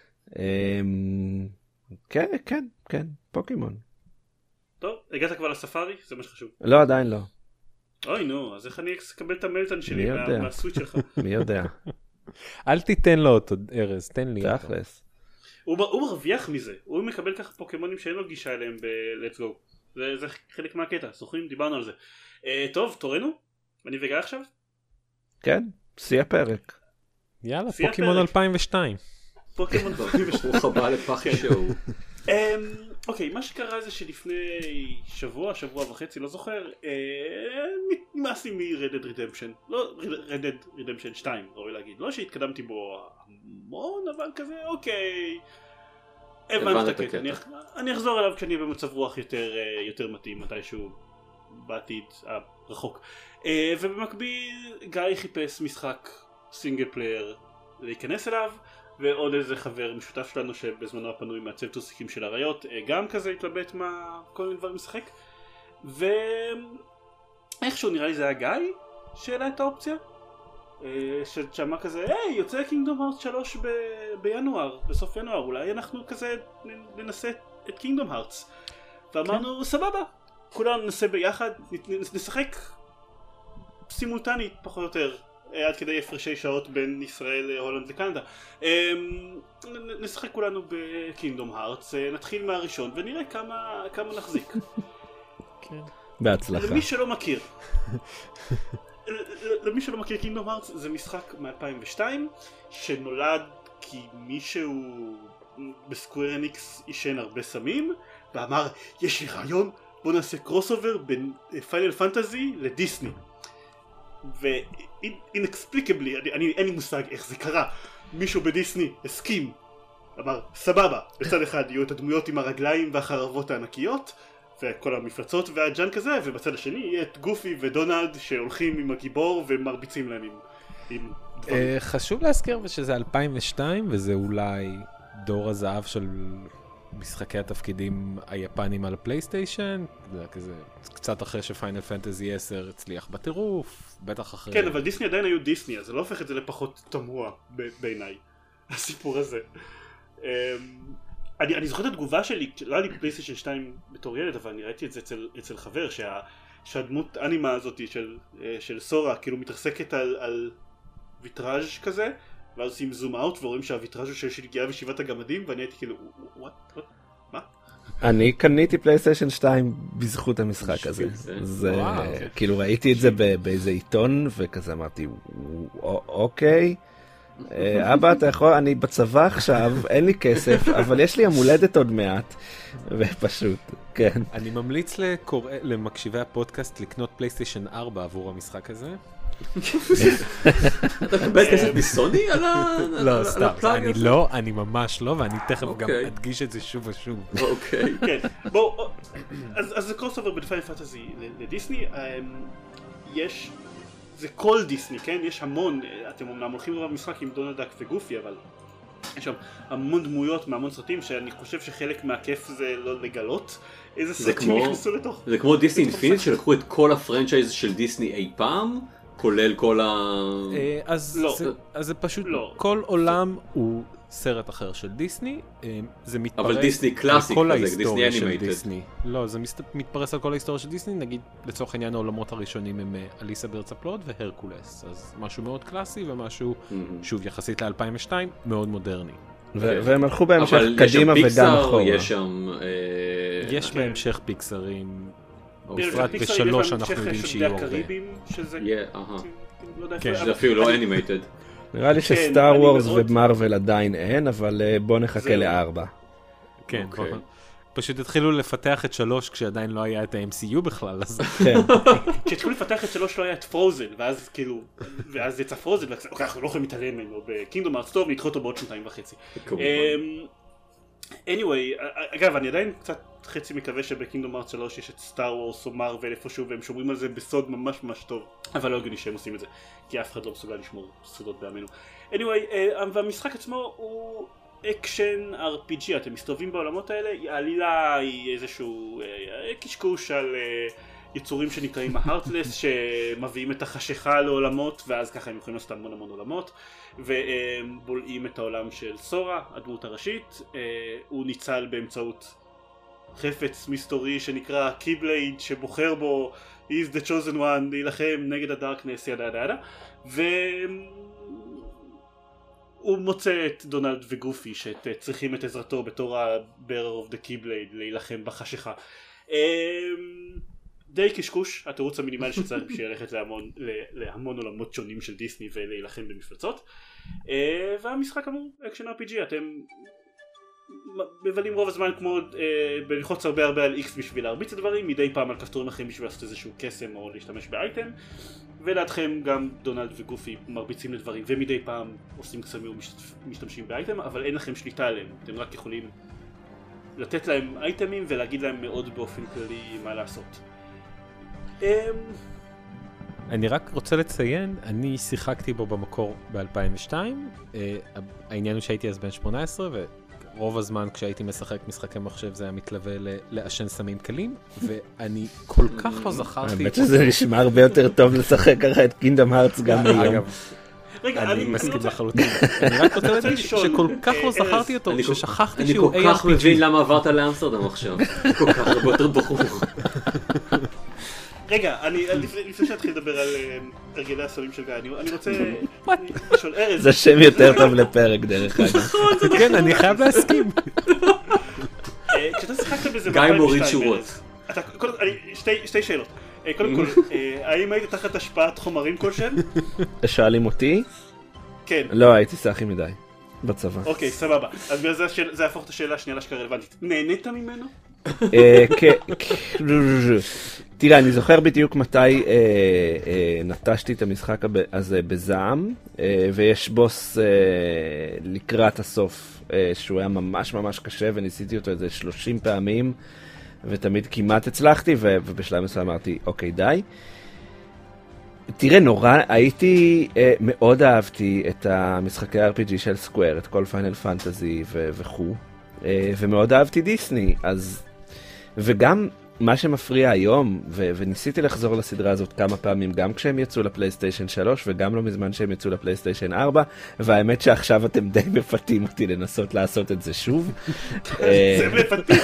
כן, כן, כן, פוקימון. טוב, הגעת כבר לספארי? זה מה שחשוב. לא, עדיין לא. אוי נו, אז איך אני אקבל את המלטן מי שלי יודע? מהסוויץ' שלך? מי יודע? אל תיתן לו אותו, ארז, תן לי אותו. תכלס. הוא הוא מרוויח מזה, הוא מקבל ככה פוקימונים שאין לו גישה אליהם ב-Let's Go. זה, זה חלק מהקטע, זוכרים? דיברנו על זה. Uh, טוב, תורנו? אני וגיא עכשיו? כן, שיא הפרק. יאללה, שיא פוקימון הפרק. אלפיים ושתיים. פוקימון אלפיים ושתיים. ברוך הבא לפחי שואו. Um, אוקיי, מה שקרה זה שלפני שבוע, שבוע וחצי, לא זוכר, uh, נמאס לי מ-Red Dead Redemption. לא, Red Dead Redemption שתיים, ראוי להגיד. לא שהתקדמתי בו המון, אבל כזה, אוקיי. הבנת את הקטע. אני, אני אחזור אליו כשאני במצב רוח יותר, uh, יותר מתאים, מתישהו בעתיד הרחוק. Uh, ובמקביל, גיא חיפש משחק סינגל פלייר להיכנס אליו. ועוד איזה חבר משותף שלנו שבזמנו הפנוי מעצב טוסיקים של אריות גם כזה התלבט מה כל מיני דברים משחק, ואיכשהו נראה לי זה היה גיא שהעלה את האופציה, ששמע כזה היי יוצא קינגדום הארטס שלוש ב... בינואר, בסוף ינואר, אולי אנחנו כזה ננסה את קינגדום הארטס, ואמרנו כן. סבבה, כולנו ננסה ביחד, נשחק סימולטנית פחות או יותר עד כדי הפרשי שעות בין ישראל, הולנד לקנדה. נשחק כולנו בקינגדום הארטס, נתחיל מהראשון ונראה כמה, כמה נחזיק. כן. בהצלחה. למי שלא מכיר, למי שלא מכיר, קינגדום הארטס זה משחק מ-אלפיים ושתיים שנולד כי מישהו בסקוואר אניקס אישן הרבה סמים ואמר יש לי רעיון, בוא נעשה קרוס אובר בין פיינל פנטזי לדיסני. ו-inexplicably, אני, אני, אין לי מושג איך זה קרה, מישהו בדיסני הסכים, אמר סבבה, בצד אחד יהיו את הדמויות עם הרגליים והחרבות הענקיות וכל המפלצות והג'אן כזה, ובצד השני יהיה את גופי ודונלד שהולכים עם הגיבור ומרביצים להם עם, עם דברים. חשוב להזכיר שזה אלפיים ושתיים וזה אולי דור הזהב של משחקי התפקידים היפנים על הפלייסטיישן, זה כזה קצת אחרי שפיינל פנטזי עשר הצליח בטירוף, בטח אחרי... כן, אבל דיסני עדיין היו דיסני, אז זה לא הופך את זה לפחות תמוה בעיניי, הסיפור הזה. אני, אני זוכר את התגובה שלי, לא היה לי פלייסטיישן שתיים בתור ילד, אבל אני ראיתי את זה אצל, אצל חבר, שה, שהדמות אנימה הזאת של, של סורה, כאילו מתרסקת על, על ויטראז' כזה, ואז עושים זום אאוט ורואים שהוויטראז' הוא של שלגיה ושבעת הגמדים, ואני הייתי כאילו, וואט? מה? אני קניתי פלייסטיישן שתיים בזכות המשחק הזה. זה, כאילו ראיתי את זה באיזה עיתון, וכזה אמרתי, אוקיי, אבא אתה יכול, אני בצבא עכשיו, אין לי כסף, אבל יש לי יום הולדת עוד מעט, ופשוט, כן. אני ממליץ למקשיבי הפודקאסט לקנות פלייסטיישן ארבע עבור המשחק הזה. אתה מקבל כסף מסוני על הפלאג הזה? לא, סתם, אני לא, אני ממש לא, ואני תכף גם אדגיש את זה שוב ושוב. אוקיי. כן, בואו, אז זה קרוס אובר בין פיינל פנטזי לדיסני, יש, זה כל דיסני, כן? יש המון, אתם אומנם הולכים לראות משחק עם דונלד דאק וגופי, אבל יש שם המון דמויות מהמון סרטים, שאני חושב שחלק מהכיף זה לא לגלות איזה סרטים נכנסו לתוך. זה כמו דיסני אינפיניט, שלקחו את כל הפרנצ'ייז של דיסני אי פעם, כולל כל ה... אז זה פשוט, כל עולם הוא סרט אחר של דיסני, זה מתפרס... אבל דיסני קלאסיק כזה, דיסני אנימייטד. לא, זה מתפרס על כל ההיסטוריה של דיסני, נגיד לצורך העניין העולמות הראשונים הם אליסה בארץ הפלאות והרקולס, אז משהו מאוד קלאסי ומשהו, שוב יחסית ל-אלפיים ושתיים, מאוד מודרני. והם הלכו בהמשך קדימה וגם אחורה. יש שם... יש בהמשך פיקסרים, בפרט בשלוש אנחנו יודעים שיהיו הרבה. זה אפילו לא אנימייטד. נראה לי שסטאר וורס ומרוול עדיין אין, אבל בוא נחכה לארבע. כן, פשוט התחילו לפתח את שלוש כשעדיין לא היה את ה-אם סי יו בכלל. כשהתחילו לפתח את שלוש לא היה את פרוזן, ואז כאילו, ואז יצא פרוזן, אנחנו לא יכולים להתעלם ממנו, בקינגדום הארטס טוב, נדחה אותו בעוד שנתיים וחצי. anyway, אגב, אני עדיין קצת חצי מקווה שבקינגדום הארטס שלוש יש את סטאר וורס או מארוול איפשהו, והם שומרים על זה בסוד ממש ממש טוב, אבל לא הגיוני שהם עושים את זה, כי אף אחד לא מסוגל לשמור סודות בימינו. anyway, והמשחק עצמו הוא אקשן אר פי ג'י, אתם מסתובבים בעולמות האלה, העלילה היא איזשהו קשקוש על יצורים שנקראים ההארטלס, שמביאים את החשיכה לעולמות, ואז ככה הם יכולים לעשות המון המון עולמות, ובולעים את העולם של סורה, הדמות הראשית. הוא ניצל באמצעות חפץ מסתורי שנקרא קיבלייד שבוחר בו he's the chosen one להילחם נגד הדארקנס ידה ידה ידה והוא מוצא את דונלד וגופי שצריכים את עזרתו בתור ה-bearer of the Keyblade להילחם בחשיכה. די קשקוש, התירוץ המינימלי שצריך בשביל ללכת להמון, להמון עולמות שונים של דיסני ולהילחם במפלצות. והמשחק אמור אקשן אר פי ג'י, אתם מבלים רוב הזמן כמו בלחוץ הרבה הרבה על X בשביל להרביץ את הדברים, מדי פעם על כפתורים אחרים בשביל לעשות איזשהו קסם או להשתמש באייטם, ולידכם גם דונלד וגופי מרביצים לדברים ומדי פעם עושים קסמים ומשתמשים באייטם, אבל אין לכם שליטה עליהם, אתם רק יכולים לתת להם אייטמים ולהגיד להם מאוד באופן כללי מה לעשות. אני רק רוצה לציין, אני שיחקתי בו במקור ב-אלפיים ושתיים, העניין הוא שהייתי אז בן שמונה עשרה ורוב הזמן כשהייתי משחק משחקי מחשב זה היה מתלווה לעשן סמים קלים, ואני כל כך לא זכרתי... האמת שזה נשמע הרבה יותר טוב לשחק ככה את קינגדום הארטס גם היום. אני מסכים לחלוטין. אני רק רוצה להגיד שכל כך לא זכרתי אותו, ששכחתי שהוא איי אר פי ג'י. אני כל כך מבין למה עברת לאמסטרדם עכשיו. כל כך הרבה יותר בחור. רגע, לפני שהתחיל לדבר על הרגלי הסמים של גיא, אני רוצה לשאול ארז. זה שם יותר טוב לפרק דרך אגב. כן, אני חייב להסכים. כשאתה שיחקת בזה גיא מוריד שורות. שתי שאלות. קודם כל, האם היית תחת השפעת חומרים כלשהם? שואלים אותי? כן. לא, הייתי סאחי מדי. בצבא. אוקיי, סבבה. אז זה יהפוך את השאלה השנייה להשכרה רלוונטית. נהנית ממנו? תראה, אני זוכר בדיוק מתי נטשתי את המשחק הזה בזעם, ויש בוס לקראת הסוף שהוא היה ממש ממש קשה, וניסיתי אותו איזה שלושים פעמים, ותמיד כמעט הצלחתי, ובשלב מסוים אמרתי, אוקיי, די. תראה, נורא, הייתי, מאוד אהבתי את המשחקי ה-אר פי ג'י של סקוואר, את כל פיינל פנטזי וכו', ומאוד אהבתי דיסני, אז, וגם מה שמפריע היום, ו- וניסיתי לחזור לסדרה הזאת כמה פעמים, גם כשהם יצאו לפלייסטיישן שלוש, וגם לא מזמן שהם יצאו לפלייסטיישן ארבע, והאמת שעכשיו אתם די מפתים אותי לנסות לעשות את זה שוב. זה מפתים.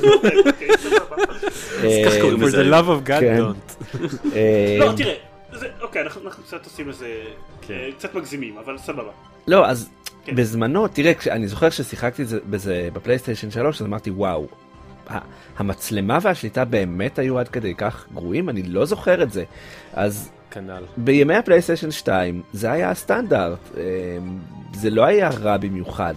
For the love of God don't. לא, תראה, אוקיי, אנחנו קצת עושים איזה, קצת מגזימים, אבל סבבה. לא, אז בזמנו, תראה, אני זוכר ששיחקתי בזה בפלייסטיישן שלוש, אז אמרתי, וואו, המצלמה והשליטה באמת היו עד כדי כך גרועים, אני לא זוכר את זה. אז כנ"ל. בימי הפלייסטיישן שתיים זה היה הסטנדרט, זה לא היה רע במיוחד.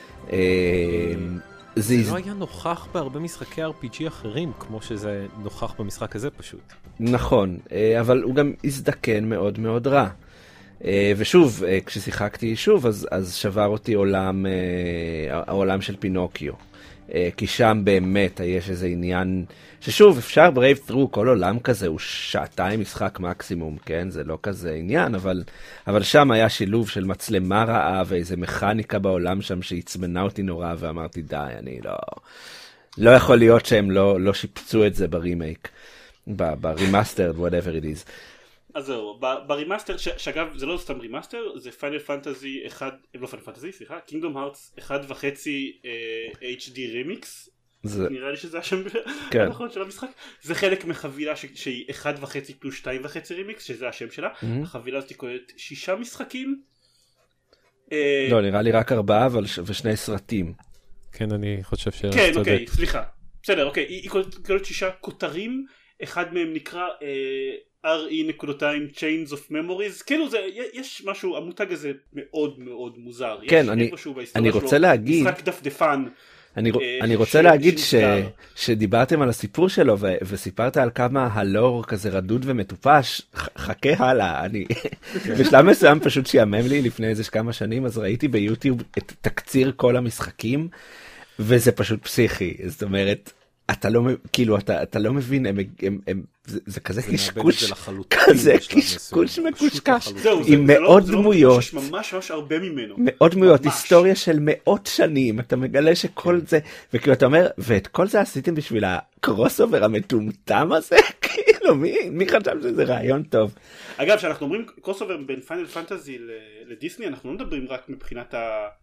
זה לא היה נוכח בהרבה משחקי אר פי ג'י אחרים, כמו שזה נוכח במשחק הזה פשוט. נכון, אבל הוא גם הזדקן מאוד מאוד רע. ושוב, כששיחקתי שוב, אז, אז שבר אותי עולם, העולם של פינוקיו. כי שם באמת יש איזה עניין, ששוב, אפשר ברייב ת'רו, כל עולם כזה הוא שעתיים משחק מקסימום, כן? זה לא כזה עניין, אבל, אבל שם היה שילוב של מצלמה רעה ואיזה מכניקה בעולם שם שהצמנה אותי נורא, ואמרתי, די, אני לא, לא יכול להיות שהם לא, לא שיפצו את זה ברימייק, ברימאסטרד, whatever it is. אז זהו, ברימאסטר, שאגב זה לא סתם רימאסטר, זה פיינל פנטזי אחד, לא פיינל פנטזי, סליחה, קינגדום הארטס אחד וחצי אייץ' די רימיקס, נראה לי שזה השם הנכון של המשחק, זה חלק מחבילה שהיא אחד וחצי פלוס שתיים וחצי רימיקס, שזה השם שלה, החבילה הזאת כוללת שישה משחקים. לא, נראה לי רק ארבעה ושני סרטים. כן, אני חושב ש... כן, אוקיי, סליחה, בסדר, אוקיי, היא כוללת שישה כותרים, אחד מהם נקרא... אר אי נקודתיים Chains of Memories, כאילו זה, יש משהו, המותג הזה מאוד מאוד מוזר. כן, אני, אני רוצה להגיד, משחק דפדפן. אני, אה, אני רוצה להגיד ש, שדיברתם על הסיפור שלו ו, וסיפרת על כמה הלור כזה רדוד ומטופש, חכה הלאה, אני, בשלב מסוים פשוט שיאמם לי לפני איזה כמה שנים, אז ראיתי ביוטיוב את תקציר כל המשחקים, וזה פשוט פסיכי, זאת אומרת, אתה לא, כאילו, אתה, אתה לא מבין, הם, הם, הם, זה, זה כזה קשקוש, כזה קשקוש מקושקש, עם מאות דמויות, יש ממש ממש הרבה ממנו. מאות דמויות, היסטוריה של מאות שנים, אתה מגלה שכל זה, וכאילו אתה אומר, ואת כל זה עשיתם בשביל הקרוס אובר המטומטם הזה? כאילו, מי, מי חשב שזה רעיון טוב? אגב, כשאנחנו אומרים קרוס אובר בין פיינל פנטזי לדיסני, אנחנו לא מדברים רק מבחינת ה...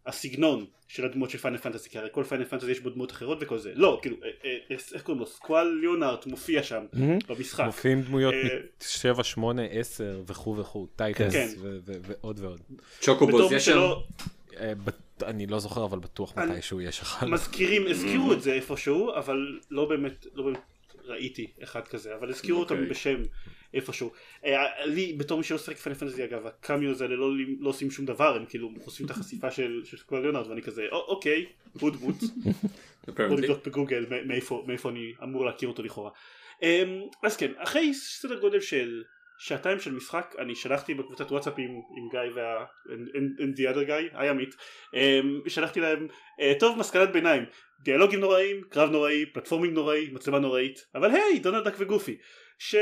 הסגנון של הדמות של פיינל פנטסי, כי הרי כל פיינל פנטסי יש בו דמות אחרות וכל זה, לא, כאילו, איך קוראים לו, סקואל ליאונארט מופיע שם במשחק. מופיעים דמויות מ-שבע, שמונה, עשר וכו' וכו', טייטס ועוד ועוד. צ'וקובוז יש שם? אני לא זוכר, אבל בטוח מתישהו יש אחד. מזכירים, הזכירו את זה איפשהו, אבל לא באמת, לא באמת ראיתי אחד כזה, אבל הזכירו אותם בשם איפשהו. לי, בתור מי שלא שחק פיינל פנטסי, אגב, הקאמיוז האלה לא עושים שום דבר, הם כאילו חושפים את החשיפה של סקואל ליאונארד, ואני כזה, אוקיי, בוט בוט. בוא נבדוק בגוגל מאיפה אני אמור להכיר אותו לכאורה. אז כן, אחרי סדר גודל של שעתיים של משחק, אני שלחתי בקבוצת וואטסאפ עם, עם גיא וה... and the other guy, היה עמית, שלחתי להם, טוב, מסקנת ביניים, דיאלוגים נוראים, קרב נוראי, פלטפורמינג נוראי, מצלמה נוראית, אבל היי, דונלד דק וגופי, שזה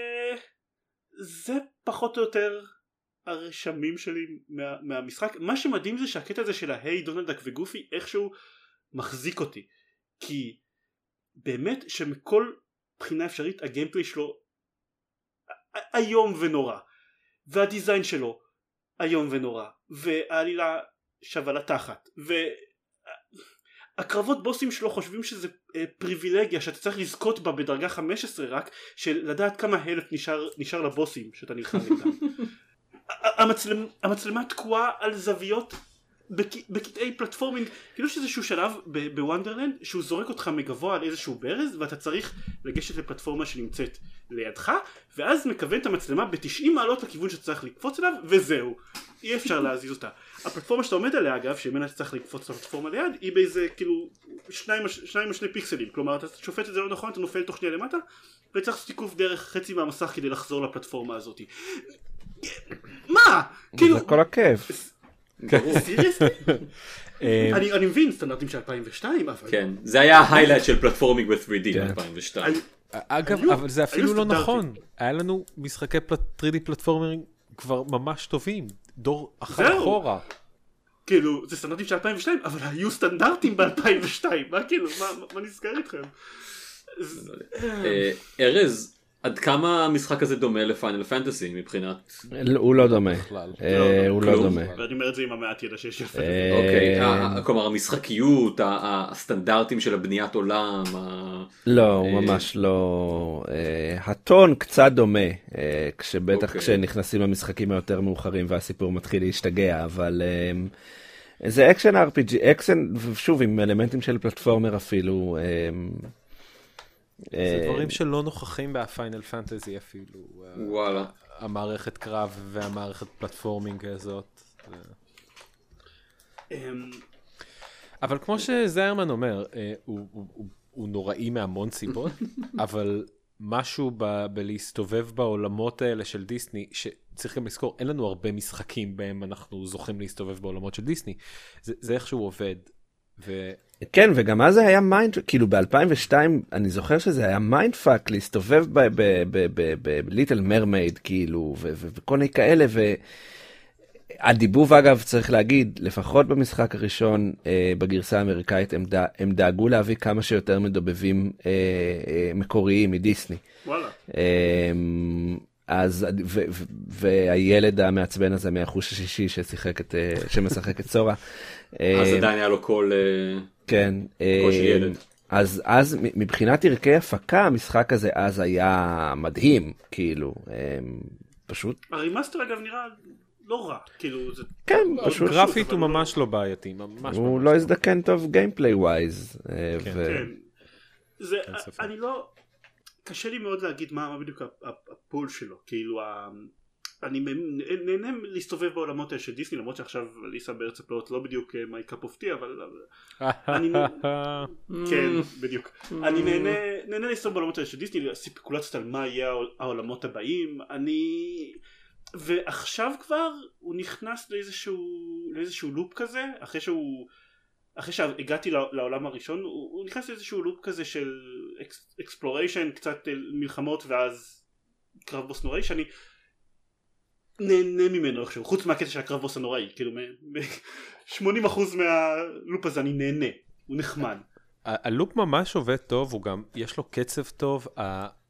פחות או יותר הרשמים שלי מה, מהמשחק. מה שמדהים זה שהקטע הזה של ההיי, דונלד דק וגופי, איכשהו מחזיק אותי, כי באמת שמכל בחינה אפשרית, הגיימפליי שלו איום ונורא, והדיזיין שלו איום ונורא, והעלילה שווה לתחת, והקרבות בוסים שלו חושבים שזה פריבילגיה שאתה צריך לזכות בה בדרגה חמש עשרה רק, של לדעת כמה הלף נשאר, נשאר לבוסים שאתה נלחם איתם. המצלמה, המצלמה תקועה על זוויות בקטעי פלטפורמינג, כאילו שזה איזשהו שלב בוונדרלנד שהוא זורק אותך מגבוה על איזשהו ברז ואתה צריך לגשת לפלטפורמה שנמצאת לידך, ואז מכוון את המצלמה ב-תשעים מעלות לכיוון שאתה צריך לקפוץ אליו, וזהו, אי אפשר להזיז אותה. הפלטפורמה שאתה עומד עליה, אגב, שממנה אתה צריך לקפוץ לפלטפורמה ליד, היא באיזה כאילו שניים, שניים או שני פיקסלים, כלומר אתה שופט את זה לא נכון, אתה נופל תוך שנייה למטה וצריך תיקוף דרך חצי מהמסך כדי לחזור לפלטפורמה הזאת. מה? זה כל הכיף. סיריוסלי? אני מבין סטנדרטים של אלפיים ושתיים, אבל... כן, זה היה ההיילייט של פלטפורמינג ב-תרי די ב-אלפיים ושתיים. אגב, אבל זה אפילו לא נכון. היה לנו משחקי תרי די פלטפורמינג כבר ממש טובים. דור אחר אחורה. כאילו, זה סטנדרטים של אלפיים ושתיים, אבל היו סטנדרטים ב-אלפיים ושתיים. מה כאילו, מה נזכר איתכם? ארז, עד כמה המשחק הזה דומה לפיינל פנטסי מבחינת... הוא לא דומה. הוא לא דומה. ואני אומר את זה עם המעט ידע שיש יפה. אוקיי, כלומר המשחקיות, הסטנדרטים של הבניית עולם. לא, הוא ממש לא... הטון קצת דומה, בטח כשנכנסים למשחקים היותר מאוחרים והסיפור מתחיל להשתגע, אבל... זה אקשן אר פי ג'י, אקשן, שוב, עם אלמנטים של פלטפורמר אפילו... זה דברים שלא נוכחים בפיינל פנטזי אפילו. וואלה. המערכת קרב והמערכת פלטפורמינג הזאת. אבל כמו שזיירמן אומר, הוא נוראי מהמון סיבות, אבל משהו בלהסתובב בעולמות האלה של דיסני, שצריך גם לזכור, אין לנו הרבה משחקים בהם אנחנו זוכים להסתובב בעולמות של דיסני. זה איכשהו עובד. ו... כן, וגם אז זה היה מיינד, כאילו ב-אלפיים ושתיים, אני זוכר שזה היה מיינד פאק, להסתובב בליטל מרמייד, כאילו, וכל מיני כאלה, והדיבוב, אגב, צריך להגיד, לפחות במשחק הראשון, בגרסה האמריקאית, הם דאגו להביא כמה שיותר מדובבים מקוריים מדיסני. וואלה. אז, והילד המעצבן הזה מהחוש השישי שמשחק את סורה. אז עדיין היה לו כל... כן. אז, אז מבחינת ערכי הפקה, המשחק הזה אז היה מדהים, כאילו, פשוט... הרימאסטר אגב נראה לא רע, כאילו זה... כן, פשוט... גרפית הוא ממש לא בעייתי, הוא לא הזדקן טוב גיימפליי ווייז. כן. אני לא... קשה לי מאוד להגיד מה בדיוק הפול שלו, כאילו אני נהנה להסתובב בעולמות האלה של דיסני, למרות שעכשיו ליסה בארץ הפלאות לא בדיוק מי קאפ אוף טי, אבל אני כן, בדיוק, אני נהנה להסתובב בעולמות האלה של דיסני, ספקולציות על מה יהיה העולמות הבאים, אני ועכשיו כבר הוא נכנס לאיזשהו לופ כזה, אחרי שהוא אחרי שהגעתי לעולם הראשון, הוא נכנס לאיזשהו לופ כזה של אקספלוריישן, קצת מלחמות ואז קרב בוס נוראי, שאני נהנה ממנו עכשיו, חוץ מהקטע של הקרב בוס הנוראי, כאילו ב-שמונים אחוז מהלופ הזה אני נהנה, הוא נחמד. הלופ ממש עובד טוב, הוא גם, יש לו קצב טוב,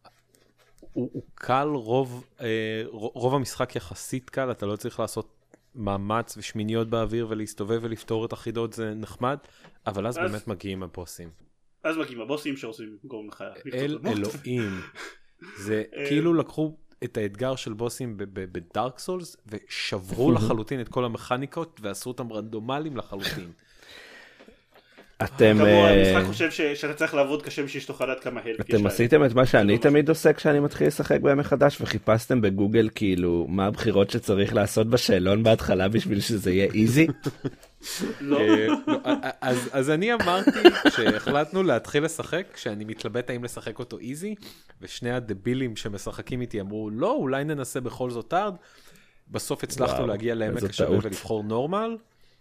הוא קל, רוב המשחק יחסית קל, אתה לא צריך לעשות מאמץ ושמיניות באוויר ולהסתובב ולפתור את החידות זה נחמד, אבל אז באמת מגיעים הבוסים. אז מגיעים הבוסים שרוצים לגרום לך. אל אלוהים. זה כאילו לקחו את האתגר של בוסים בדארק סולס ושברו לחלוטין את כל המכניקות ועשו אותם רנדומליים לחלוטין. אתם... כמו המשחק חושב שאתה צריך לעבוד קשה בשביל שתוכל לדעת כמה הלפ יש להם. אתם עשיתם את מה שאני תמיד עושה כשאני מתחיל לשחק בהם מחדש, וחיפשתם בגוגל כאילו מה הבחירות שצריך לעשות בשאלון בהתחלה בשביל שזה יהיה איזי? לא. אז אני אמרתי שהחלטנו להתחיל לשחק, שאני מתלבט האם לשחק אותו איזי, ושני הדבילים שמשחקים איתי אמרו, לא, אולי ננסה בכל זאת ארד. בסוף הצלחנו להגיע לעמק השווה ולבחור נורמל.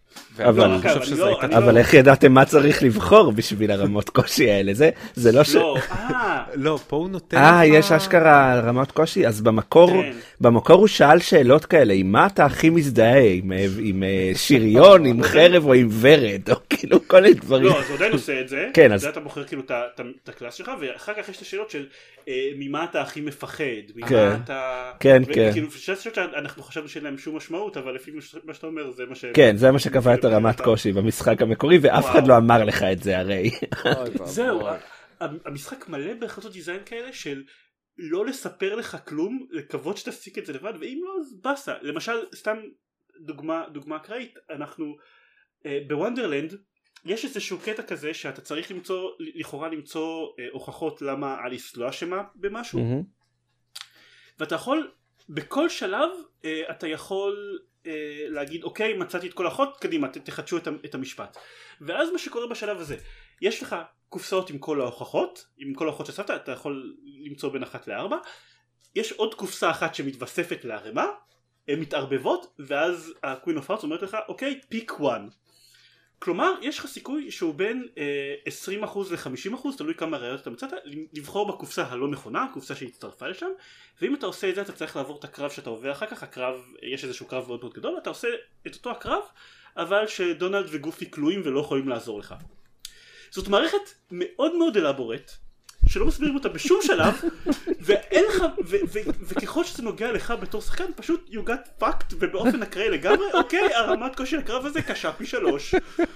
אבל איך ידעתם מה צריך לבחור בשביל הרמות קושי האלה? זה לא ש... לא, פה הוא נותן... אה, יש אשכרה רמות קושי? אז במקור הוא שאל שאלות כאלה, עם מה אתה הכי מזדהה? עם שריון, עם חרב או עם ורד? או כאילו כל מיני דברים. לא, אז הוא עדיין עושה את זה. כן, אז... אתה בוחר כאילו את הקלאס שלך, ואחר כך יש את השאלות של ממה אתה הכי מפחד? כן, כן, כן. כאילו, אנחנו חשבנו שאין להם שום משמעות, אבל לפי מה שאתה אומר, זה מה ש... כן, זה מה שקבע את הרמת קושי במשחק המקורי, ואף אחד לא אמר לך את זה הרי. זהו, המשחק מלא בהחלטות דיזיין כאלה של לא לספר לך כלום, לקוות שתסיק את זה לבד, ואם לא, אז בסה. למשל, סתם דוגמה אקראית, אנחנו בוונדרלנד, יש איזשהו קטע כזה שאתה צריך למצוא, לכאורה למצוא הוכחות למה אליס לא אשמה במשהו, ואתה יכול, בכל שלב, אתה יכול להגיד, אוקיי, מצאתי את כל האחות, קדימה, תחדשו את המשפט. ואז מה שקורה בשלב הזה, יש לך קופסאות עם כל ההוכחות, עם כל ההוכחות שספת, אתה יכול למצוא בין אחת לארבע, יש עוד קופסה אחת שמתווספת להרמה, הן מתערבבות, ואז ה-Queen of Hearts אומרת לך, אוקיי, pick one. כלומר, יש לך סיכוי שהוא בין אה, עשרים אחוז ל-חמישים אחוז, תלוי כמה ראיות אתה מצאת, לבחור בקופסה הלא נכונה, הקופסה שהצטרפה לשם, ואם אתה עושה את זה, אתה צריך לעבור את הקרב שאתה עובר אחר כך, הקרב, יש איזשהו קרב מאוד מאוד גדול, אתה עושה את אותו הקרב, אבל שדונלד וגופי כלואים ולא יכולים לעזור לך. זאת מערכת מאוד מאוד אלבורט, שלא מסבירים אותה בשום שלב, ואין לך, וככל שזה נוגע לך בתור שחקן, פשוט you got fucked, ובאופן אקראי לגמרי, אוקיי, הרמת קושי לקרב הזה קשה פי שלוש.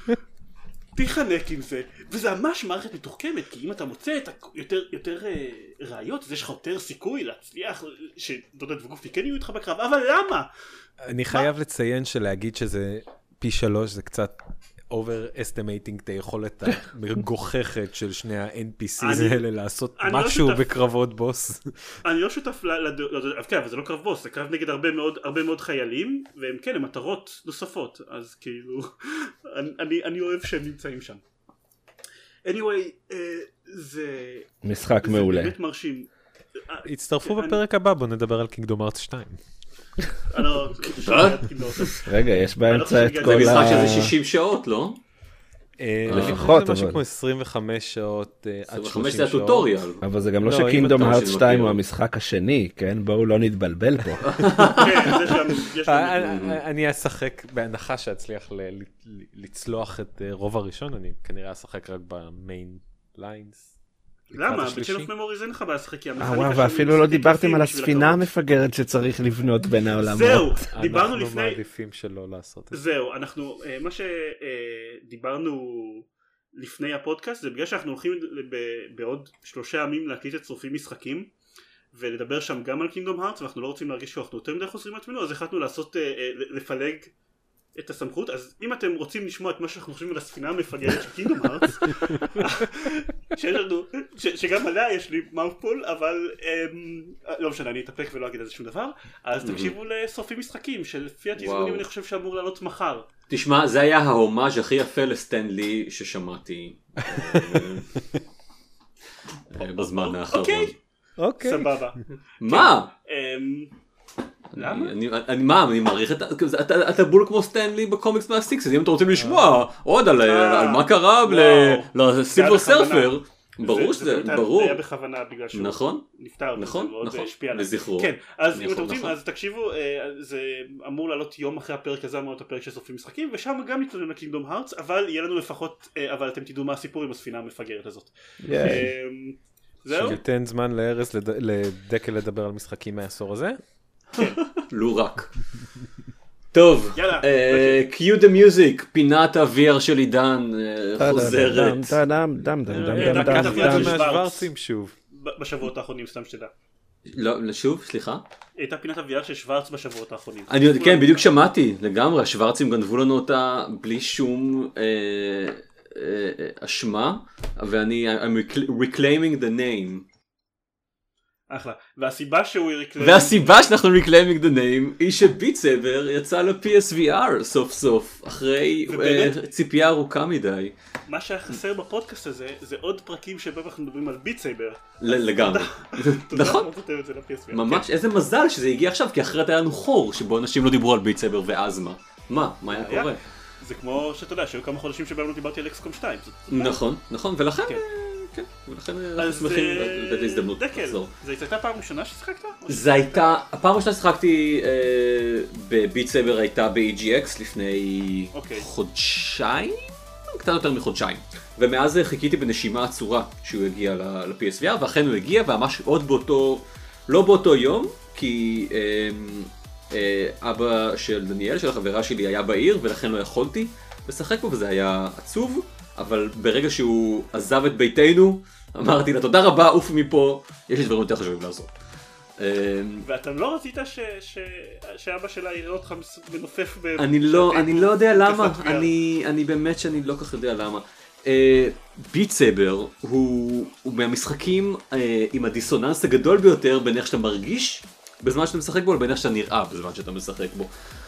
תחנק עם זה. וזה ממש מערכת מתוחכמת, כי אם אתה מוצא את יותר, יותר ראיות, אז יש לך יותר סיכוי להצליח, שדודד וגופי כן יהיו איתך בקרב, אבל למה? אני חייב לציין שלהגיד שזה פי שלוש, זה קצת... overestimating את היכולת המגוחכת של שני ה-אן פי סי'ז האלה לעשות משהו בקרבות בוס. אני לא שותף לדעות, כן, אבל זה לא קרב בוס, זה קרב נגד הרבה מאוד חיילים, והם כן, הם מטרות נוספות, אז כאילו, אני אוהב שהם נמצאים שם. anyway, זה... משחק מעולה. זה באמת מרשים. הצטרפו בפרק הבא, בוא נדבר על קינגדום הארץ שתיים. רגע, יש באמצע את כל ה... זה משחק שזה שישים שעות, לא? לפחות, זה משהו כמו עשרים וחמש שעות עד שלושים שעות. עשרים וחמש זה הטוטוריאל. אבל זה גם לא שקינגדום הארץ שתיים הוא המשחק השני, כן? בואו לא נתבלבל פה. אני אשחק בהנחה שאצליח לצלוח את רוב הראשון, אני כנראה אשחק רק במיין ליינס. למה? ב-Chain of Memories אין לך בהשחק, וואו, ואפילו לא דיברתם על הספינה המפגרת שצריך לבנות בין העולמות. זהו, דיברנו לפני... אנחנו מעדיפים שלא לעשות את זה. זהו, אנחנו, מה שדיברנו לפני הפודקאסט, זה בגלל שאנחנו הולכים בעוד שלושה ימים להקליט את צרופים משחקים, ולדבר שם גם על קינגדום הארץ, ואנחנו לא רוצים להרגיש שאנחנו יותר מדי חוזרים עצמנו, אז החלטנו לעשות, לפלג את הסמכות. אז אם אתם רוצים לשמוע את מה שאנחנו חושבים על הספינה המפגרת של קינגדום הארץ, שגם עליה יש לי מאופול, אבל לא משנה, אני אתאפק ולא אגיד על זה שום דבר. אז תקשיבו לשרופים משחקים שלפי התזמונים אני חושב שאמור לעלות מחר. תשמע, זה היה ההומאז' הכי יפה לסטן לי ששמעתי בזמן האחרון. אוקיי, סבבה. מה? למה? אני מה, אני מעריך את... אתה בול כמו סטנלי בקומיקס מהסיקסטיז, אם אתם רוצים לשמוע עוד על מה קרה לסילבר סרפר, ברור שזה, ברור. זה היה בכוונה בגלל שהוא נפטר, נכון, נכון, לזכרו. כן, אז אם אתם רוצים, אז תקשיבו, זה אמור לעלות יום אחרי הפרק הזה, אמור להיות הפרק של שורפים משחקים, ושם גם נתנון לקינגדום הארץ, אבל יהיה לנו לפחות, אבל אתם תדעו מה הסיפור עם הספינה המפגרת הזאת. זהו? שניתן זמן לארז לדקל לדבר על משחקים מהעשור הזה. לא רק. טוב, יאללה, cue the music, פינת ה-וי אר של עידן אה, חוזרת. טאדם, דם, דם, דם, הייתה דם, דם, כתבה דם. של מהשוורצים שוב. ב- בשבועות האחרונים, סתם שתדע. לא, שוב, סליחה. הייתה פינת ה-וי אר של שוורץ בשבועות האחרונים. אני יודע, כן, בדיוק שמעתי, לגמרי, השוורצים גנבו לנו אותה בלי שום אה, אה, אה, אשמה, ואני, I'm reclaiming the name. אחלה. והסיבה שהוא ריקלם... והסיבה שאנחנו reclaiming the name היא שביט סייבר יצא ל-פי אס וי אר סוף סוף, אחרי ובאמת- אה, ציפייה ארוכה מדי. מה שהיה חסר בפודקאסט הזה, זה עוד פרקים שבהם אנחנו מדברים על ביט סייבר. ל- לגמרי. תודה נכון. שנתתם את זה ל-פי אס וי אר. ממש איזה מזל שזה הגיע עכשיו, כי אחרת היה לנו חור שבו אנשים לא דיברו על ביט סייבר ואז מה? מה? מה היה היה. קורה? זה כמו שאתה יודע, שהיו כמה חודשים שבהם לא דיברתי על אקסקום שתיים. זאת- נכון, נכון, ולכן, כן. אה, כן, ולכן אנחנו אז שמחים אה, לתת הזדמנות דקל, לחזור. זו הייתה פעם ראשונה ששיחקת? או ש- זה הייתה, הפעם הראשונה ששחקתי אה, בביט סייבר הייתה ב-אי ג'י אקס לפני אוקיי. חודשיים? קטן יותר מחודשיים. ומאז חיכיתי בנשימה עצורה שהוא הגיע ל-פי אס וי אר, ואכן הוא הגיע, וממש עוד באותו, לא באותו יום, כי אה, אה, אבא של דניאל, של החברה שלי, היה בעיר, ולכן לא יכולתי לשחק בו, וזה היה עצוב, אבל ברגע שהוא עזב את ביתנו, אמרתי לה, תודה רבה, עוף מפה, יש לי דברים יותר חשובים לעשות. אה, ואתה לא רצית ש- ש- שאבא שלה יראה אותך מס- מנופף ב... אני לא, בשלטים אני לא יודע למה, כסת וי אר. אני, אני באמת שאני לא כך יודע למה. ביט סייבר הוא, הוא מהמשחקים אה, עם הדיסוננס הגדול ביותר בין איך שאתה מרגיש בזמן שאתה משחק בו לבין איך שאתה נראה בזמן שאתה משחק בו.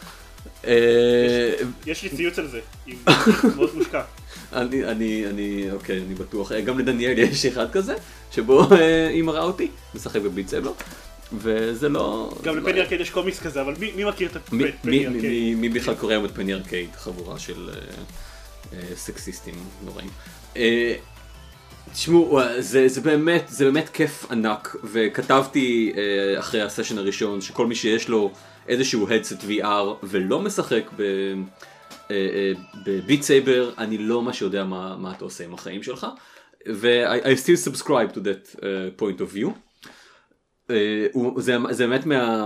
אה, יש לי ציוץ על זה, עם מאוד מושקע. אני, אני, אני, אוקיי, אני בטוח, אה, גם לדניאל יש אחד כזה, שבו אה, היא מראה אותי, משחק בביט סייבר, וזה לא... גם לא- לפני ארקייד יש קומיקס כזה, אבל מי מי מכיר את מי- פני מי- ארקייד? מי מי בכלל קורא היום את פני ארקייד? חבורה של אה, אה, סקסיסטים נוראים. אה, תשמעו, אה, זה זה באמת זה באמת כיף ענק, וכתבתי אה, אחרי הסשן הראשון שכל מי שיש לו איזשהו headset וי אר ולא משחק ב... אה, אה, בביט סייבר, אני לא ממש יודע מה מה אתה עושה עם החיים שלך, ו- I I still subscribe to that uh, point of view. אה, הוא- זה זה באמת מה...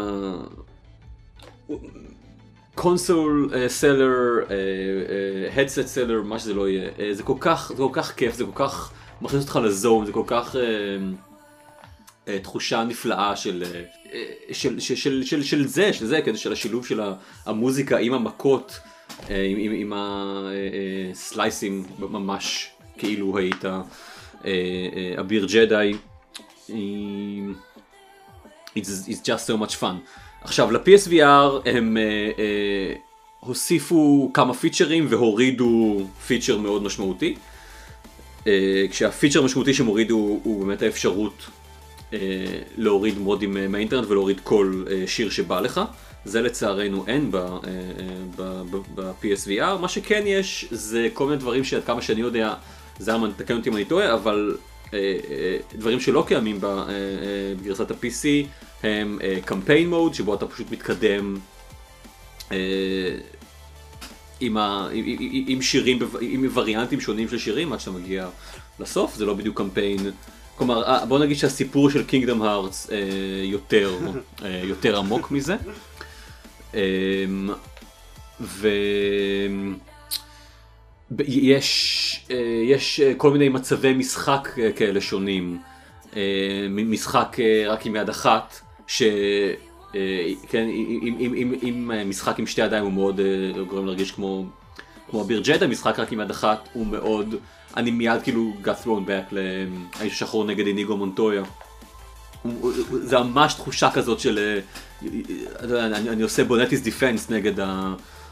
קונסול סלר, הדסט סלר, מה שזה לא יהיה, אה, זה כל כך, זה כל כך כיף, זה כל כך מכניס אותך לזון, זה כל כך אה, אה, תחושה נפלאה של, אה, של, של, של, של, של זה, של זה, כדי של השילוב של המוזיקה עם המכות, אה, עם, עם, עם הסלייסים ממש כאילו היית אה, אה, אביר ג'די. It's, it's just so much fun. עכשיו, ל-פי אס וי אר הם אה, אה, הוסיפו כמה פיצ'רים והורידו פיצ'ר מאוד משמעותי. אה, כשהפיצ'ר המשמעותי שהם הורידו הוא באמת האפשרות אה, להוריד מודים אה, מהאינטרנט ולהוריד כל אה, שיר שבא לך. זה לצערנו אין ב-פי אס וי אר. מה שכן יש זה כל מיני דברים שעד כמה שאני יודע, זרמן תקן אותי אם אני טועה, אבל אה, אה, דברים שלא קיימים ב- אה, אה, בגרסת ה-פי סי. הם קמפיין uh, מוד שבו אתה פשוט מתקדם uh, עם, ה, עם, עם, עם שירים, עם וריאנטים שונים של שירים עד שאתה מגיע לסוף, זה לא בדיוק קמפיין, כלומר בוא נגיד שהסיפור של קינגדום הארטס uh, יותר, uh, יותר עמוק מזה, um, ויש uh, יש uh, כל מיני מצבי משחק uh, כאלה שונים, uh, משחק uh, רק עם יד אחת, שכן, אם משחק עם שתי ידיים הוא מאוד גורם להרגיש כמו כמו אביר ג'דה, משחק רק עם יד אחת הוא מאוד, אני מיד כאילו got thrown back לאיש השחור נגד איניגו מונטויה. זה ממש תחושה כזאת של, אני עושה בונטיס דיפנס נגד ה...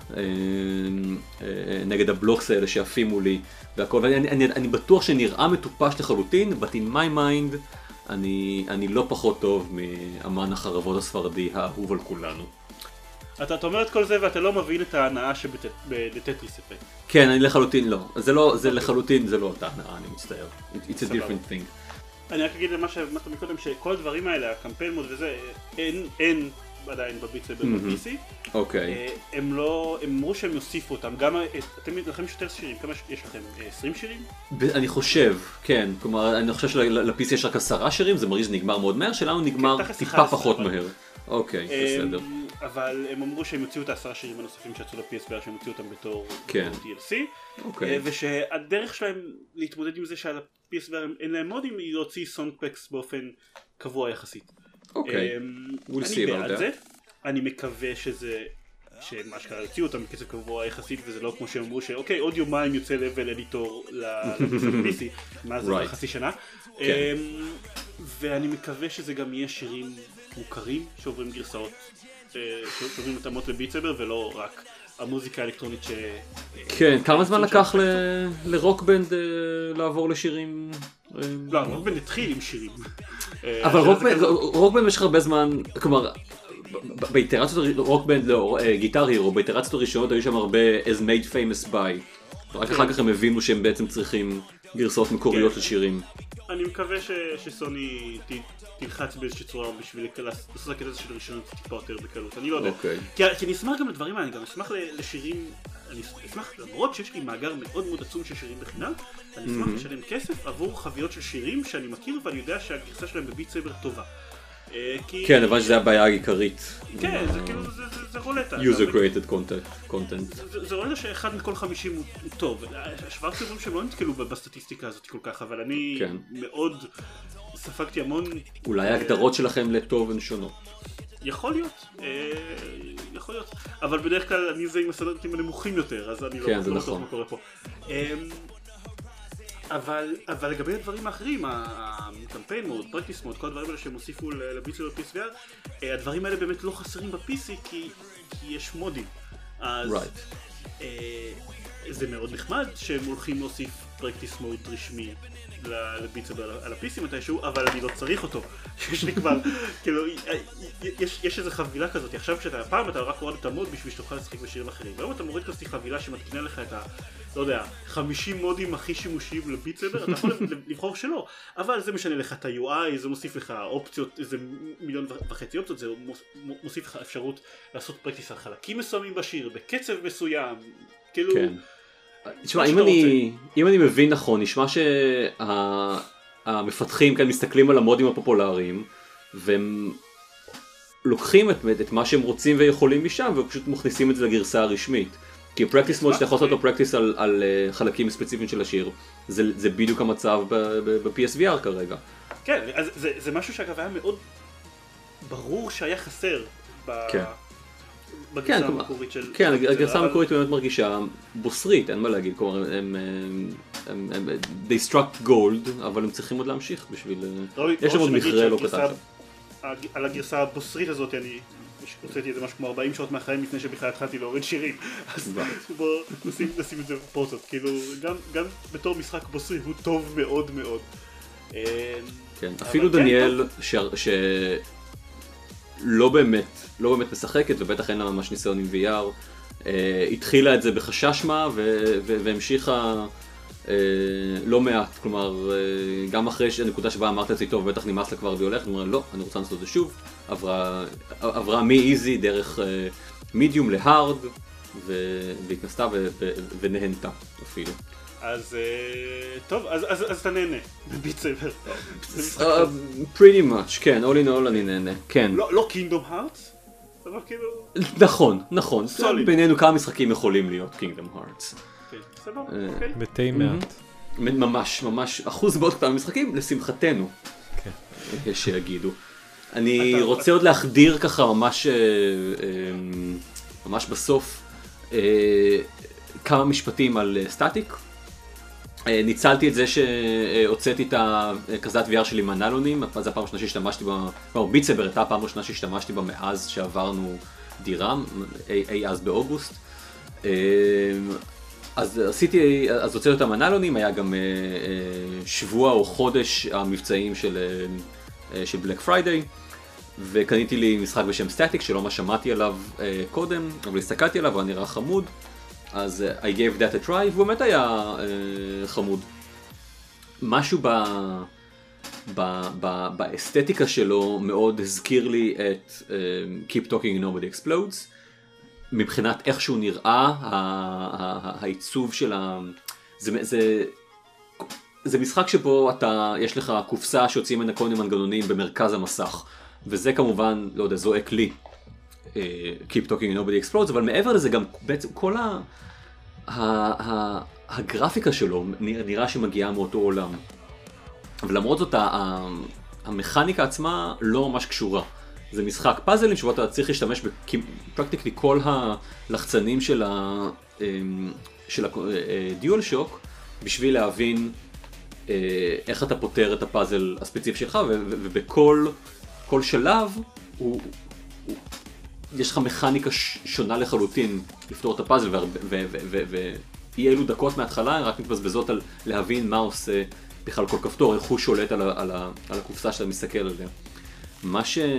נגד הבלוקס האלה שעפים מולי והכל, ואני בטוח שנראה מטופש לחלוטין, but in my mind אני, אני לא פחות טוב מאמן החרבות הספרדי האהוב על כולנו. אתה אומר את כל זה ואתה לא מבין את ההנאה שבטטריס אפקט. כן, אני לחלוטין לא. זה לא, זה לחלוטין, זה לא אותה הנאה, אני מצטער. It's a different thing. אני רק אגיד למה שאמרת מקודם, שכל הדברים האלה, הקמפיין מוד וזה, אין, אין עדיין בביט סייבר ב-פי סי. אוקיי. הם לא, הם אמרו שהם יוסיפו אותם, גם, אתם לכם יש יותר שירים, כמה יש לכם? עשרים שירים? אני חושב, כן. כלומר, אני חושב של-פי סי יש רק עשרה שירים, זה מרגיש שזה נגמר מאוד מהר, שלנו נגמר טיפה פחות מהר. אוקיי, בסדר. אבל הם אמרו שהם יוציאו את העשרה שירים הנוספים שיצאו ל-פי אס וי אר, שהם יוציאו אותם בתור כן. די אל סי, אוקיי. ושהדרך שלהם להתמודד עם זה שעל ה-פי אס וי אר אין להם מודים היא להוציא סאונדפקס באופן קבוע יחסית. אוקיי. אני בעד זה, אני מקווה שזה, שמה שקרה יוציאו אותם בקצב קבוע יחסית, וזה לא כמו שהם אמרו שאוקיי עוד יומיים יוצא לבל אדיטור ל-פי סי, מאז חצי שנה, ואני מקווה שזה גם יהיה שירים מוכרים שעוברים גרסאות, שעוברים התאמות לביט סייבר ולא רק המוזיקה האלקטרונית ש... כן, כמה זמן לקח לרוקבנד לעבור לשירים? לא, רוקבנד התחיל עם שירים. אבל רוקבנד במשך הרבה זמן, כלומר, באיטרציות רוקבנד, לא, גיטר הירו, באיטרציות הראשונות היו שם הרבה as made famous by. רק אחר כך הם הבינו שהם בעצם צריכים גרסאות מקוריות לשירים. אני מקווה שסוני תלחץ באיזושהי צורה בשביל לעשות הקטע הזה של ראשונות טיפה יותר בקלות, אני לא יודע. כי אני אשמח גם לדברים האלה, אני גם אשמח לשירים, אני אשמח, למרות שיש לי מאגר מאוד מאוד עצום של שירים בחינם, אני אשמח לשלם כסף עבור חוויות של שירים שאני מכיר ואני יודע שהגרסה שלהם בביט סייבר טובה. כן, אבל שזה הבעיה העיקרית. כן, זה כאילו, זה רולטה. user created content. זה רולטה שאחד מכל חמישים הוא טוב. השוואת סיבורים שהם לא נתקלו בסטטיסטיקה הזאת כל כך, אבל אני מאוד ספגתי המון... אולי ההגדרות שלכם לטוב הן שונות. יכול להיות, יכול להיות. אבל בדרך כלל אני זה עם הסטנדרטים הנמוכים יותר, אז אני לא בטוח מה קורה פה. אבל, אבל לגבי הדברים האחרים, הקמפיין מוד, פרקטיס מוד, כל הדברים האלה שהם הוסיפו לביט סייבר ל-פי אס וי אר, הדברים האלה באמת לא חסרים ב-פי סי כי, כי יש מודים. אז right. אה, זה מאוד נחמד שהם הולכים להוסיף פרקטיס מוד רשמי לביט סייבר על ה-פי סי מתישהו, אבל אני לא צריך אותו. יש לי כבר, כאילו, יש, יש איזו חבילה כזאת. עכשיו כשאתה, פעם אתה רק רואה את המוד בשביל שתוכל לשחק בשירים אחרים. והיום אתה מוריד כזאת חבילה שמתקינה לך את ה... לא יודע, חמישים מודים הכי שימושיים לביט סייבר, אתה יכול לבחור שלא, אבל זה משנה לך את ה-יו איי, זה מוסיף לך אופציות, איזה מיליון וחצי אופציות, זה מוסיף לך אפשרות לעשות פרקטיס על חלקים מסוימים בשיר, בקצב מסוים, כאילו... כן. תשמע, אם אני, אם אני מבין נכון, נשמע שהמפתחים כאן מסתכלים על המודים הפופולריים, והם לוקחים את, את מה שהם רוצים ויכולים משם, ופשוט מכניסים את זה לגרסה הרשמית. כי פרקטיס מוד שאתה יכול לעשות לו פרקטיס על, על חלקים ספציפיים של השיר, זה, זה בדיוק המצב ב-פי אס וי אר כרגע. כן, אז זה, זה משהו שאגב היה מאוד ברור שהיה חסר ב... כן. בגרסה כן, המקורית של... כן, הגרסה המקורית באמת מרגישה בוסרית, אין מה להגיד, כלומר הם... הם, הם they struck gold, אבל הם צריכים עוד להמשיך בשביל... יש שם עוד מכרה לא קטן. על הגרסה הבוסרית הזאת אני... הוצאתי איזה משהו כמו ארבעים שעות מהחיים לפני שבכלל התחלתי להוריד שירים, אז בואו נשים, נשים את זה בפרופורציות, כאילו גם, גם בתור משחק בוסרי הוא טוב מאוד מאוד. כן, אפילו דניאל שלא באמת, לא באמת משחקת ובטח אין לה ממש ניסיון עם וי אר, התחילה את זה בחשש מה והמשיכה לא מעט, כלומר גם אחרי הנקודה שבה אמרת את זה טוב בטח נמאס לה כבר והיא הולכת, אמרה לא, אני רוצה לעשות את זה שוב, עברה, עברה מ-easy דרך medium ל-hard והתנסתה ונהנתה אפילו. אז טוב, אז אתה נהנה בביט סייבר. pretty much, כן, all in all אני נהנה, כן. לא Kingdom Hearts? אבל כאילו... נכון, נכון, בינינו כמה משחקים יכולים להיות Kingdom Hearts. בתי מעט. ממש, ממש, אחוז מאוד קטן במשחקים, לשמחתנו. יש שיגידו. אני רוצה עוד להחדיר ככה ממש, ממש בסוף, כמה משפטים על סטטיק. ניצלתי את זה שהוצאתי את הכרזת וי אר שלי מהנלונים, זו הפעם השנה שהשתמשתי בה, ביט סייבר הייתה הפעם השנה שהשתמשתי בה מאז שעברנו דירה, אי אז באוגוסט. אז עשיתי, אז הוצאתי אותם מהנלונים, היה גם שבוע או חודש המבצעים של של בלק פריידיי, וקניתי לי משחק בשם סטטיק שלא מה שמעתי עליו קודם, אבל הסתכלתי עליו ואני נראה חמוד, אז I gave that a try, והוא באמת היה חמוד. משהו ב... ב... ב... באסתטיקה שלו מאוד הזכיר לי את uh, Keep Talking Nobody Explodes, מבחינת איך שהוא נראה, העיצוב של ה... זה, זה, זה משחק שבו אתה, יש לך קופסה שיוצאים ממנה כל מיני מנגנונים במרכז המסך, וזה כמובן, לא יודע, זועק לי. Keep Talking Nobody Explodes, אבל מעבר לזה גם בעצם כל ה... הגרפיקה שלו נראה שמגיעה מאותו עולם. אבל למרות זאת, המכניקה עצמה לא ממש קשורה. זה משחק פאזלים שבו אתה צריך להשתמש בפרקטיקלי כל הלחצנים של הדיול שוק בשביל להבין איך אתה פותר את הפאזל הספציפי שלך, ובכל כל שלב הוא, הוא, יש לך מכניקה שונה לחלוטין לפתור את הפאזל, ואי אלו דקות מההתחלה רק מתבזבזות על להבין מה עושה בכלל כל כפתור, איך הוא שולט על, על, על הקופסה שאתה מסתכל עליה. מה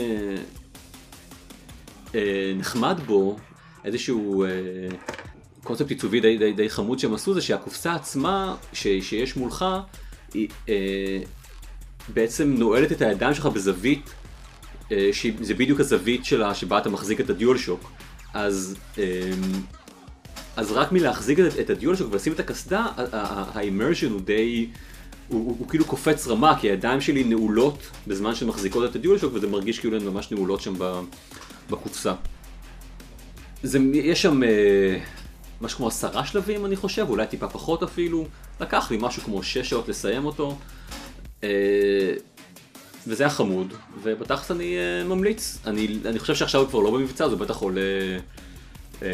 שנחמד בו, איזשהו קונספט עיצובי די, די, די חמוד שהם עשו, זה שהקופסה עצמה ש, שיש מולך, היא בעצם נועלת את הידיים שלך בזווית, שזה בדיוק הזווית שלה שבה אתה מחזיק את הדיול שוק. אז, אז רק מלהחזיק את הדיול שוק ולשים את הקסדה, האימרשן הוא די... הוא, הוא, הוא כאילו קופץ רמה, כי הידיים שלי נעולות בזמן שמחזיקות את הדיול שוק, וזה מרגיש כאילו הן ממש נעולות שם בקופסה. זה, יש שם אה, משהו כמו עשרה שלבים אני חושב, אולי טיפה פחות אפילו. לקח לי משהו כמו שש שעות לסיים אותו. אה, וזה היה חמוד, ובתכלס אני אה, ממליץ. אני, אני חושב שעכשיו הוא כבר לא במבצע, זה בטח עולה... אה,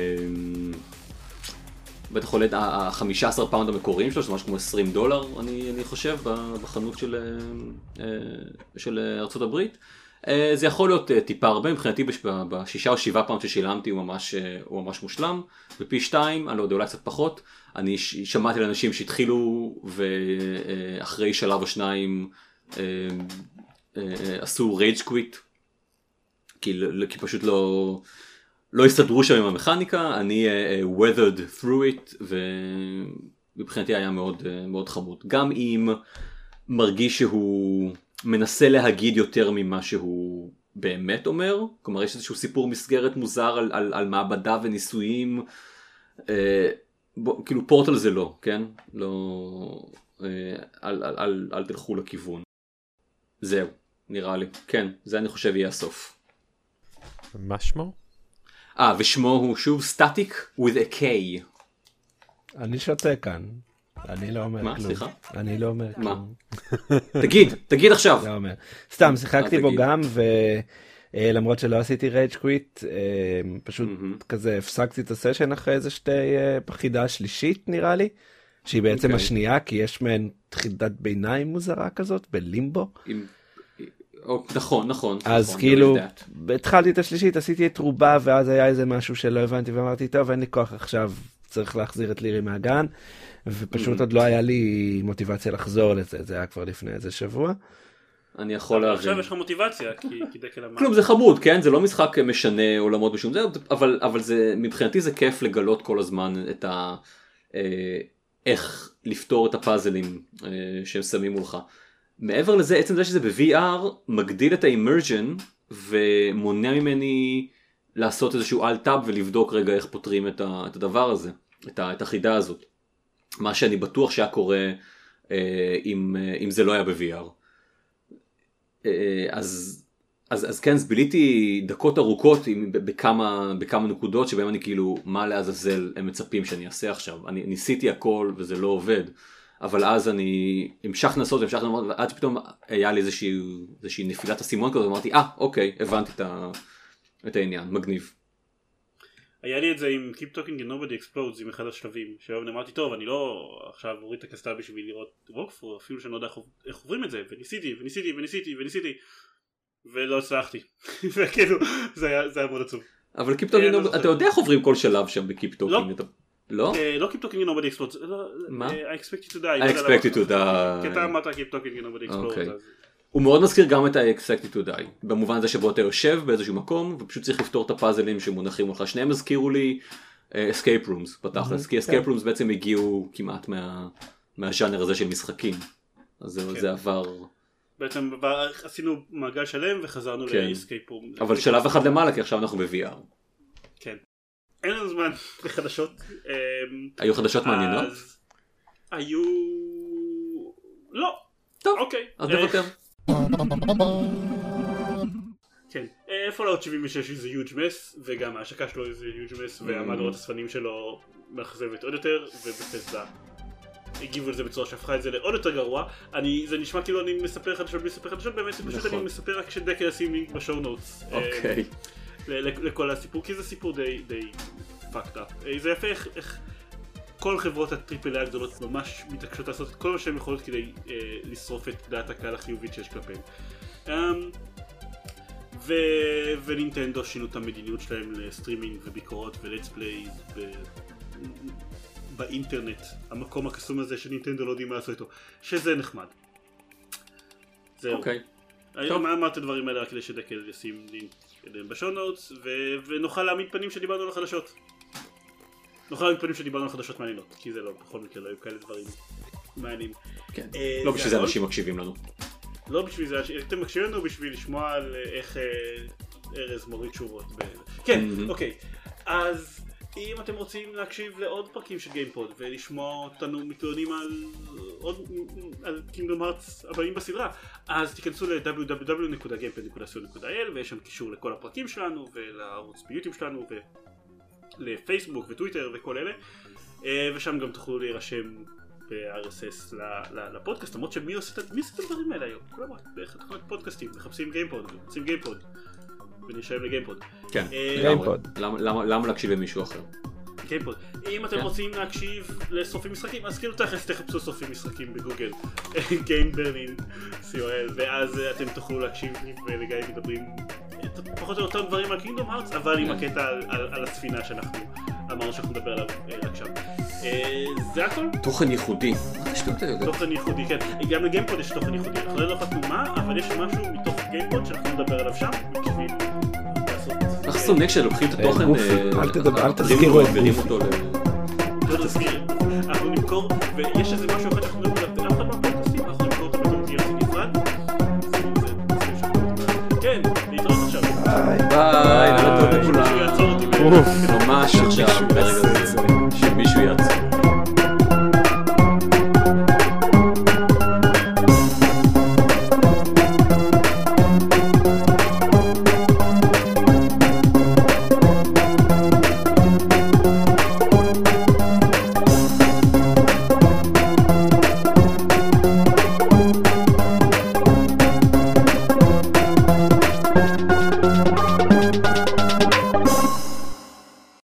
בטח עולה ה-חמישה עשר פאונד המקוריים שלו, שזה משהו כמו עשרים דולר, אני, אני חושב, בחנות של, של ארצות הברית. זה יכול להיות טיפה הרבה, מבחינתי בשישה או שבעה פאונד ששילמתי הוא ממש, הוא ממש מושלם, בפי שתיים, אני לא יודע, אולי קצת פחות. אני שמעתי לאנשים שהתחילו ואחרי שלב או שניים עשו רייג' קוויט, כי, כי פשוט לא... לא הסתדרו שם עם המכניקה. אני uh, weathered through it, ובבחינתי היה מאוד, uh, מאוד חמוד. גם אם מרגיש שהוא מנסה להגיד יותר ממה שהוא באמת אומר, כלומר יש איזשהו סיפור מסגרת מוזר על, על, על מעבדה וניסויים, uh, בוא, כאילו פורטל זה לא, כן? לא, uh, אל, אל, אל, אל תלכו לכיוון. זהו, נראה לי. כן, זה אני חושב יהיה הסוף. מה שמו? אה, ושמו הוא שוב Static with a K. אני שותה כאן. אני לא אומר מה? כלום. סליחה? אני לא אומר מה? כלום. תגיד, תגיד עכשיו. לא אומר. סתם, שיחקתי בו תגיד. גם, ולמרות שלא עשיתי רייג' קוויט, פשוט כזה הפסקתי את הסשן אחרי איזה שתי חידה שלישית נראה לי, שהיא בעצם אוקיי. השנייה, כי יש מעין חידת ביניים מוזרה כזאת, בלימבו. עם... נכון, נכון. אז נכון, כאילו, לא התחלתי את השלישית, עשיתי את רובה, ואז היה איזה משהו שלא הבנתי, ואמרתי, טוב, אין לי כוח עכשיו, צריך להחזיר את לירי מהגן, ופשוט עוד לא היה לי מוטיבציה לחזור לזה, זה היה כבר לפני איזה שבוע. אני יכול להבין. עכשיו יש לך מוטיבציה, כי דקל אמר. כלום, זה חמוד, כן? זה לא משחק משנה עולמות בשום זה, אבל, אבל זה, מבחינתי זה כיף לגלות כל הזמן את ה... איך לפתור את הפאזלים שהם שמים מולך. מעבר לזה, עצם זה שזה ב-וי אר מגדיל את האימרג'ן ומונע ממני לעשות איזשהו אלט-טאב ולבדוק רגע איך פותרים את, ה- את הדבר הזה, את, ה- את החידה הזאת. מה שאני בטוח שהיה קורה אה, אם, אה, אם זה לא היה ב-וי אר. אה, אז, אז, אז כן, אז ביליתי דקות ארוכות עם, בכמה, בכמה נקודות שבהם אני כאילו, מה לעזאזל הם מצפים שאני אעשה עכשיו. אני ניסיתי הכל וזה לא עובד. אבל אז אני המשך לנסות, המשך לנסות, ועד שפתאום היה לי איזושהי, איזושהי נפילת הסימון כזאת, ואמרתי, אה, אוקיי, הבנתי את, ה, את העניין, מגניב. היה לי את זה עם Keep Talking and Nobody Explodes, עם אחד השלבים, שהיום אמרתי, טוב, אני לא עכשיו אוריד את הקסדה בשביל לראות ווקפרו, אפילו שאני לא יודע איך עוברים את זה, וניסיתי, וניסיתי, וניסיתי, וניסיתי, ולא הצלחתי. וכאילו, זה היה, זה היה מאוד עצוב. אבל Keep Talking, אתה יודע איך עוברים כל שלב שם ב-Keep Talking? לא. לא? לא Keep Talking and Nobody Explodes. מה? I expect you to die. I expect you to die. כי אתה אמרת Keep Talking and Nobody Explodes. הוא מאוד מזכיר גם את ה- expect you to die. במובן הזה שבו אתה יושב באיזשהו מקום, ופשוט צריך לפתור את הפאזלים שמונחים לך. שניהם הזכירו לי escape rooms בתכלס. כי escape rooms בעצם הגיעו כמעט מהז'אנר הזה של משחקים. אז זה עבר... בעצם עשינו מעגל שלם וחזרנו ל-escape room. אבל שלב אחד למעלה, כי עכשיו אנחנו ב-וי אר. כן. אין לנו זמן לחדשות. היו חדשות מעניינות? היו... לא. טוב, אוקיי. אז נוותר. כן. פולאאוט שבעים ושש זה huge mess, וגם ההשקה שלו זה huge mess, והמהדורת הספנים שלו מאכזבת עוד יותר, ובתסדה הגיבו לזה בצורה שהפכה את זה לעוד יותר גרוע. אני, זה נשמע כאילו אני מספר חדשות בלי לספר חדשות, באמת זה פשוט אני מספר רק שדקל ישים לינק בשואו נוטס. אוקיי. לכל הסיפור, כי זה סיפור די, די fucked up. זה יפה איך, איך כל חברות הטריפל איי הגדולות ממש מתעקשות לעשות את כל מה שהן יכולות כדי אה, לשרוף את דעת הקהל החיובית שיש כלפיהם. Um, ו... ונינטנדו שינו את המדיניות שלהם לסטרימינג וביקורות ולטס פליי ב... באינטרנט, המקום הקסום הזה שנינטנדו לא יודעים מה לעשות איתו, שזה נחמד. זהו. אוקיי. אני אמרתי את הדברים האלה רק כדי שדקל ישים לינק בשואו נוטס, ו... ונוכל להעמיד פנים שדיברנו על החדשות. נוכל להעמיד פנים שדיברנו על חדשות מעניינות, כי זה לא, בכל מקרה לא היו כאלה דברים מעניינים. כן, לא בשביל זה אנשים מקשיבים לנו. לא בשביל זה, אתם מקשיבים לנו בשביל לשמוע על איך ארז מוריד תשובות. כן, אוקיי. אז אם אתם רוצים להקשיב לעוד פרקים של גיימפוד ולשמוע אותנו מתלוננים על קינגדום הארטס הבאים בסדרה, אז תיכנסו ל-דאבליו דאבליו דאבליו נקודה גיימפד נקודה סי או נקודה איי אל ויש שם קישור לכל הפרקים שלנו ולערוץ ביוטיוב שלנו ולפייסבוק וטוויטר וכל אלה, ושם גם תוכלו להירשם ב-אר אס אס לפודקאסט, למרות שמי עושה את הדברים האלה היום? כולם בתחנות פודקאסטים, מחפשים גיימפוד, מחפשים גיימפוד ונשארים לגיימפוד. כן, גיימפוד. למה להקשיב למישהו אחר? גיימפוד. אם אתם רוצים להקשיב לסופים משחקים, אז כאילו תכף תחפשו סופים משחקים בגוגל, Game Berlin, סי או אל, ואז אתם תוכלו להקשיב ולגיא מדברים פחות או יותר דברים על קינגדום הארטס, אבל עם הקטע על הספינה שאנחנו אמרנו שאנחנו נדבר עליו רק שם. זה הכל? תוכן ייחודי. תוכן ייחודי, כן. גם לגיימפוד יש תוכן ייחודי. אנחנו לא החלטנו מה, אבל יש משהו מתוך גיימפוד שאנחנו נדבר עליו שם, בשביל לעשות... איך שונא כשלוקחים את התוכן... אל תזכירו את גוף. לא תזכיר. אנחנו נמכור, ויש איזה משהו אחד שאנחנו נדבר עליו, אף אחד מהפודקאסטים, אנחנו נמכור אותו בתור די אל סי נפרד. כן, להתראות עכשיו. ביי, ביי, נתראות לכולם. ממש עכשיו.